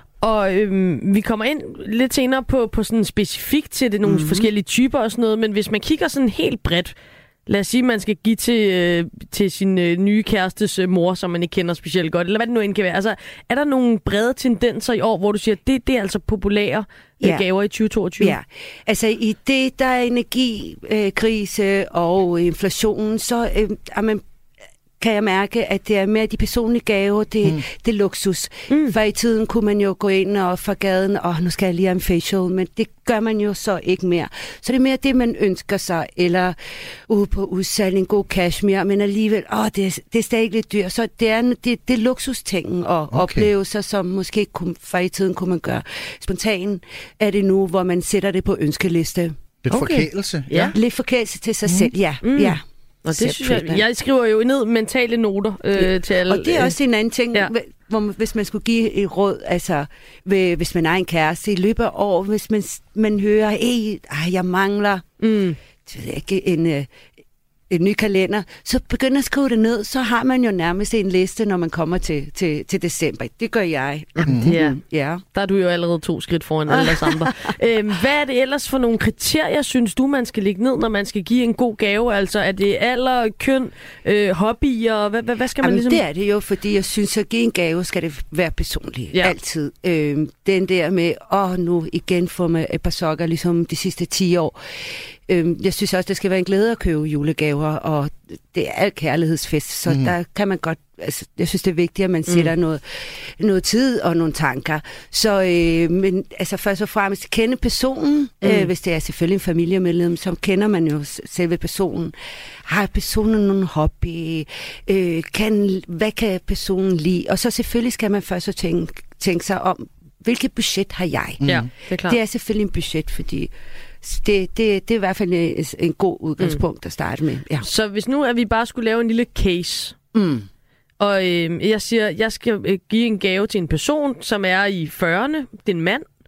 Og øhm, vi kommer ind lidt senere på, på sådan specifikt til det, nogle mm-hmm. forskellige typer og sådan noget, men hvis man kigger sådan helt bredt, lad os sige, man skal give til, øh, til sin øh, nye kærestes øh, mor, som man ikke kender specielt godt, eller hvad det nu end kan være. Altså, er der nogle brede tendenser i år, hvor du siger, at det, det er altså populære øh, ja. gaver i tyve toogtyve? Ja, altså i det, der er energikrise øh, og inflationen, så øh, er man kan jeg mærke, at det er mere de personlige gaver, det, mm. det er luksus. Mm. For i tiden kunne man jo gå ind og fra gaden, og nu skal jeg lige have en facial, men det gør man jo så ikke mere. Så det er mere det, man ønsker sig, eller ude på udsalg, en god cashmere, men alligevel, åh, det er, det er stadig lidt dyrt. Så det er, det, det er luksustingen og okay. oplevelser, som måske kunne, for i tiden kunne man gøre. Spontan er det nu, hvor man sætter det på ønskeliste. Lidt okay. forkælelse. Ja. Lidt forkælelse til sig mm. selv, ja. Mm. ja. Og det synes jeg, jeg skriver jo ned mentale noter øh, ja. til alle. Og det er også en anden ting, ja. hvor man, hvis man skulle give et råd, altså hvis man er en kæreste i løbet af år, hvis man, man hører, hey, jeg mangler mm. ikke, en, en ny kalender, så begynder at skrive det ned, så har man jo nærmest en liste, når man kommer til, til, til december. Det gør jeg. Mm-hmm. Ja. ja. Der er du jo allerede to skridt foran alle os andre. øhm, hvad er det ellers for nogle kriterier, synes du, man skal lægge ned, når man skal give en god gave? Altså, er det alder, køn, øh, hobbyer? Hvad, hvad, hvad skal man Jamen, ligesom... det er det jo, fordi jeg synes, at give en gave skal det være personligt. Ja. Altid. Øhm, den der med, åh, nu igen får man et par sokker, ligesom de sidste ti år. Øhm, jeg synes også, det skal være en glæde at købe julegaver, og det er alt kærlighedsfest, så mm. der kan man godt, altså, jeg synes, det er vigtigt, at man sætter mm. noget, noget tid og nogle tanker. Så, øh, men altså først og fremmest kende personen, mm. øh, hvis det er selvfølgelig en familiemedlem, så kender man jo selve personen. Har personen nogle hobby? Øh, kan, hvad kan personen lide? Og så selvfølgelig skal man først og tænke, tænke sig om, hvilket budget har jeg? Mm. Ja, det er klart. Det er selvfølgelig en budget, fordi Det, det, det er i hvert fald en, en god udgangspunkt mm. at starte med. Ja. Så hvis nu at vi bare skulle lave en lille case, mm. og øh, jeg siger, jeg skal give en gave til en person, som er i fyrrerne, det er en mand,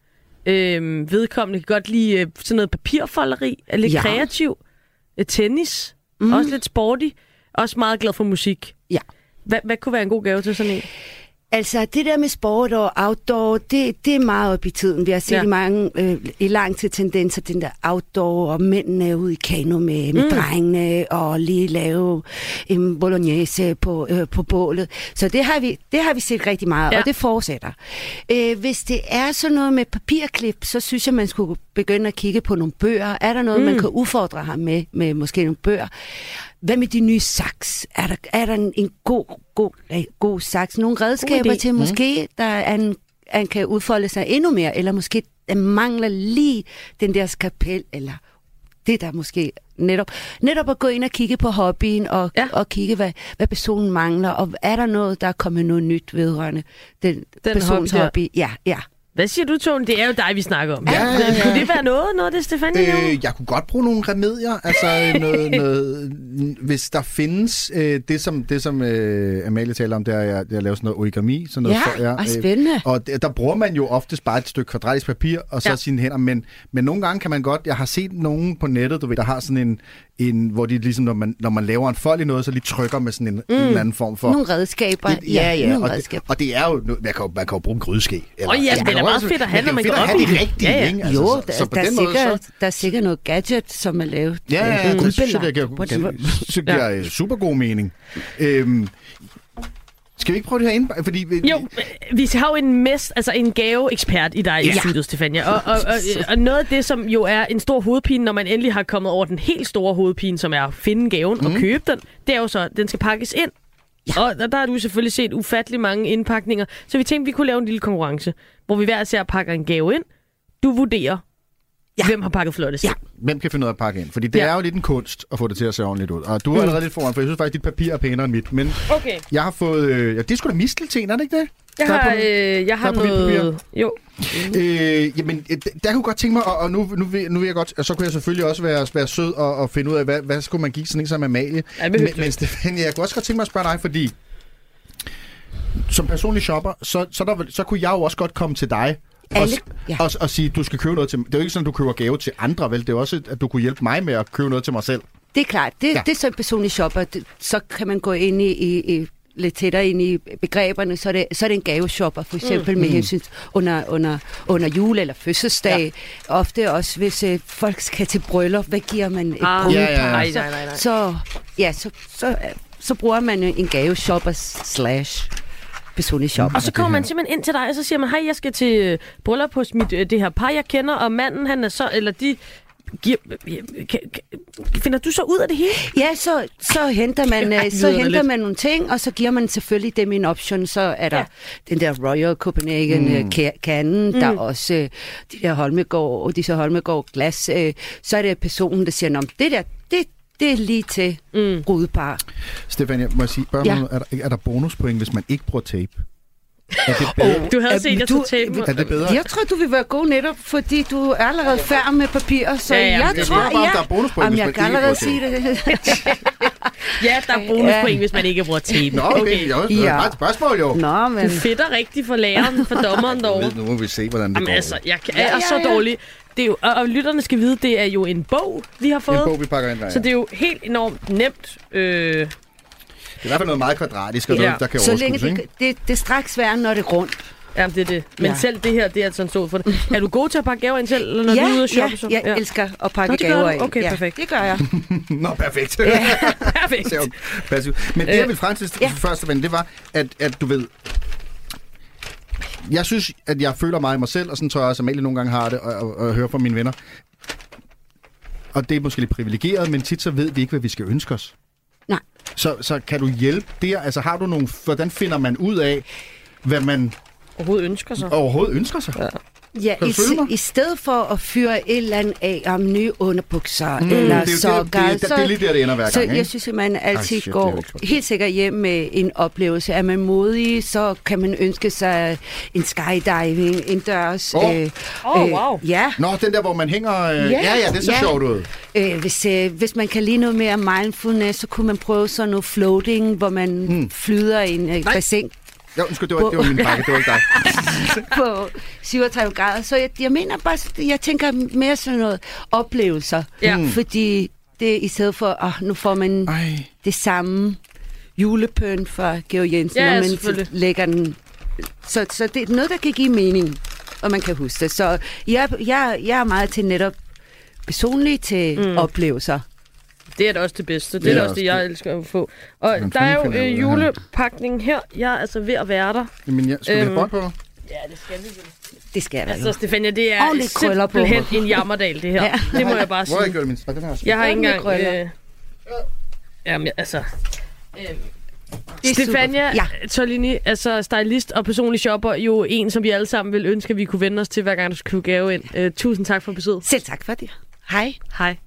Øh, vedkommende kan godt lide øh, sådan noget papirfolderi, er lidt ja. kreativ, øh, tennis, mm. også lidt sporty, også meget glad for musik. Ja. Hvad, hvad kunne være en god gave til sådan en? Altså, det der med sport og outdoor, det, det er meget op i tiden. Vi har set ja. i, mange, øh, i lang tid tendenser, den der outdoor, og mændene ude i kano med, med mm. drengene, og lige lave en bolognese på, øh, på bålet. Så det har vi, det har vi set rigtig meget, ja. og det fortsætter. Øh, hvis det er sådan noget med papirklip, så synes jeg, man skulle begynde at kigge på nogle bøger. Er der noget, mm. man kan udfordre ham med, med måske nogle bøger? Hvad med de nye saks? Er der, er der en, en god, god, god saks? Nogle redskaber til måske, mm. der er en, han kan udfolde sig endnu mere, eller måske der mangler lige den der skapel, eller det der måske netop, netop at gå ind og kigge på hobbyen, og, ja. og kigge, hvad, hvad personen mangler, og er der noget, der er kommet noget nyt vedrørende den, den persons hobby? hobby? Ja, ja. Hvad siger du, Tone? Det er jo dig, vi snakker om. Ja, ja, ja. Kunne det være noget, noget af det, Stefanie? Øh, jeg kunne godt bruge nogle remedier. Altså, noget, noget, hvis der findes øh, det, som, det, som øh, Amalie taler om, det er, at jeg laver sådan noget origami. Sådan noget, ja, for, ja, og spændende. Øh, og der bruger man jo oftest bare et stykke kvadratisk papir, og så ja. sine hænder. Men, men nogle gange kan man godt... Jeg har set nogen på nettet, du ved, der har sådan en... en hvor de ligesom, når man, når man laver en fold i noget, så lige trykker med sådan en, mm. en anden form for... Nogle redskaber. Et, ja, ja. Nogle og, redskaber. Det, og det er jo... Man kan jo, man kan jo bruge en grydeske. Åh oh, ja, det er meget fedt at have, når man går op i det. Rigtigt, ja, ja. Ikke? Altså, jo, så, så der, der, måde, sikkert, så... der er sikkert noget gadget, som er lavet. Ja, ja, øh, det synes jeg, det giver, det giver ja. super god mening. Øhm, skal vi ikke prøve det her ind? Fordi vi... Jo, vi har jo en mest, altså en gaveekspert i dig ja. i studiet, Stefania. Og, og, og, og noget af det, som jo er en stor hovedpine, når man endelig har kommet over den helt store hovedpine, som er at finde gaven mm. og købe den, det er jo så, at den skal pakkes ind. Ja. Og der, der har du selvfølgelig set ufattelig mange indpakninger. Så vi tænkte, vi kunne lave en lille konkurrence, hvor vi hver især pakker en gave ind. Du vurderer, ja. hvem har pakket flottest. Ja. Hvem kan finde ud af at pakke ind? Fordi det ja. er jo lidt en kunst at få det til at se ordentligt ud. Og du er allerede lidt foran, for jeg synes faktisk, dit papir er pænere end mit. Men okay. jeg har fået... Øh, ja, det er sgu da mistelten, er det ikke det? Jeg har, øh, jeg har noget... Jo. Øh, jamen, der kunne godt tænke mig, og, og nu, nu, vil, nu vil jeg godt... Og så kunne jeg selvfølgelig også være, være sød og, og finde ud af, hvad, hvad skulle man give sådan en som Amalie. Ja, men, men Stefanie, jeg kunne også godt tænke mig at spørge dig, fordi... Som personlig shopper, så, så, der, så kunne jeg jo også godt komme til dig og, ja. og, og sige, du skal købe noget til... Det er jo ikke sådan, at du køber gave til andre, vel? Det er også, at du kunne hjælpe mig med at købe noget til mig selv. Det er klart. Det, ja. det er som personlig shopper. Det, så kan man gå ind i... i, i lidt tættere ind i begreberne, så er det, så er det en gaveshopper, for eksempel mm. med hensyn under, under, under jul eller fødselsdag. Ja. Ofte også, hvis øh, folk skal til bryllup, hvad giver man et ah, brudepar? Ja, ja, ja. Nej, nej, nej, nej. Så, ja, så, så, så bruger man en gaveshopper slash personlig shopper. Og så kommer man simpelthen ind til dig, og så siger man, hej, jeg skal til bryllup hos mit, det her par, jeg kender, og manden, han er så, eller de... Giver, kan, kan, finder du så ud af det hele? Ja, så, så henter man Ej, så henter man nogle ting, og så giver man selvfølgelig dem en option. Så er der ja. den der Royal Copenhagen mm. kanden, mm. der er også øh, de der Holmegaard, og de så Holmegaard glas. Øh, så er det personen, der siger, det der, det, det er lige til mm. brudepar. Stefania, må jeg sige, ja. er, der, er der bonuspoint, hvis man ikke bruger tape? Er det bedre? Oh, du havde er, set, jeg tog tape. Er det bedre? Jeg tror, du vil være god netop, fordi du er allerede færdig med papir, så ja, ja, jeg jeg tror, bare, ja. Der er bonuspoint, Jamen, jeg kan allerede sige det. Ja, der er bonuspoint, ja. hvis man ikke bruger tape. Nå, okay. okay. Jo, det er ja. et spørgsmål, jo. Nå, men... Du fedter rigtigt for læreren, for dommeren derovre. Nu må vi se, hvordan det Jamen, går. Altså, jeg er ja, ja, ja. så dårlig. Det er jo, og, og lytterne skal vide, det er jo en bog, vi har fået. En bog, vi pakker ind der, ja. Så det er jo helt enormt nemt... Øh, det er i hvert fald noget meget kvadratisk, og ja. noget, der kan så overskuddes, længe det, det, det er straks værre, når det er rundt. Ja, det er det. Men ja. selv det her, det er sådan stået for det. Er du god til at pakke gaver ind selv, eller når ja, du er ude at shoppe? Ja, jeg ja. elsker at pakke Nå, gaver ind. Okay, ja, perfekt. Det gør jeg. Nå, perfekt. Ja, perfekt. Men det, jeg ville frem til ja. første ven, det var, at, at du ved... Jeg synes, at jeg føler meget i mig selv, og sådan tror jeg også, at Amalie nogle gange har det, og, og, og hører fra mine venner. Og det er måske lidt privilegeret, men tit så ved vi ikke, hvad vi skal ønske os. Nej. Så, så kan du hjælpe der? Altså har du nogle... Hvordan finder man ud af, hvad man... Overhovedet ønsker sig. Overhovedet ønsker sig. Ja. Ja, i, i stedet for at fyre et eller andet af om nye underbukser mm, eller sokker. Det, det, det, det er lige der, det ender hver gang, så ikke? jeg synes, at man altid Ej, shit, går helt sikkert hjem med en oplevelse. Er man modig, så kan man ønske sig en skydiving, en dørs. Åh, øh, oh, oh, wow. Øh, ja. Nå, den der, hvor man hænger... Øh, ja, ja, ja, det ser ja. sjovt ud. Øh, hvis, øh, hvis man kan lide noget mere mindfulness, så kunne man prøve sådan noget floating, hvor man mm. flyder i en øh, bassin. Jo, undskyld, det var, det var min pakke, det var ikke dig. På syvogtredive grader. Så jeg, jeg mener bare, jeg tænker mere sådan noget oplevelser. Ja. Fordi det i stedet for, åh, nu får man Ej. det samme julepønt fra Georg Jensen, ja, og man lægger den. Så, så det er noget, der kan give mening, og man kan huske det. Så jeg, jeg, jeg er meget til netop personligt til mm. oplevelser. Det er da også det bedste. Det, det er, er også det, jeg elsker at få. Og der er jo øh, julepakning her. Jeg er altså ved at være der. Jamen, ja, skal vi have bånd på? Ja, det skal vi. Det skal jeg altså, Stefania, det er simpelthen en jammerdal, det her. Ja. Det må jeg bare sige. Hvor har jeg gjort min? Den her jeg har ikke engang... Øh... Jamen, altså... Øh... Stefania ja. Tolini, altså stylist og personlig shopper, jo en, som vi alle sammen vil ønske, at vi kunne vende os til, hver gang du skulle købe gave ind. Uh, tusind tak for besøget. Selv tak for det. Hej. Hej.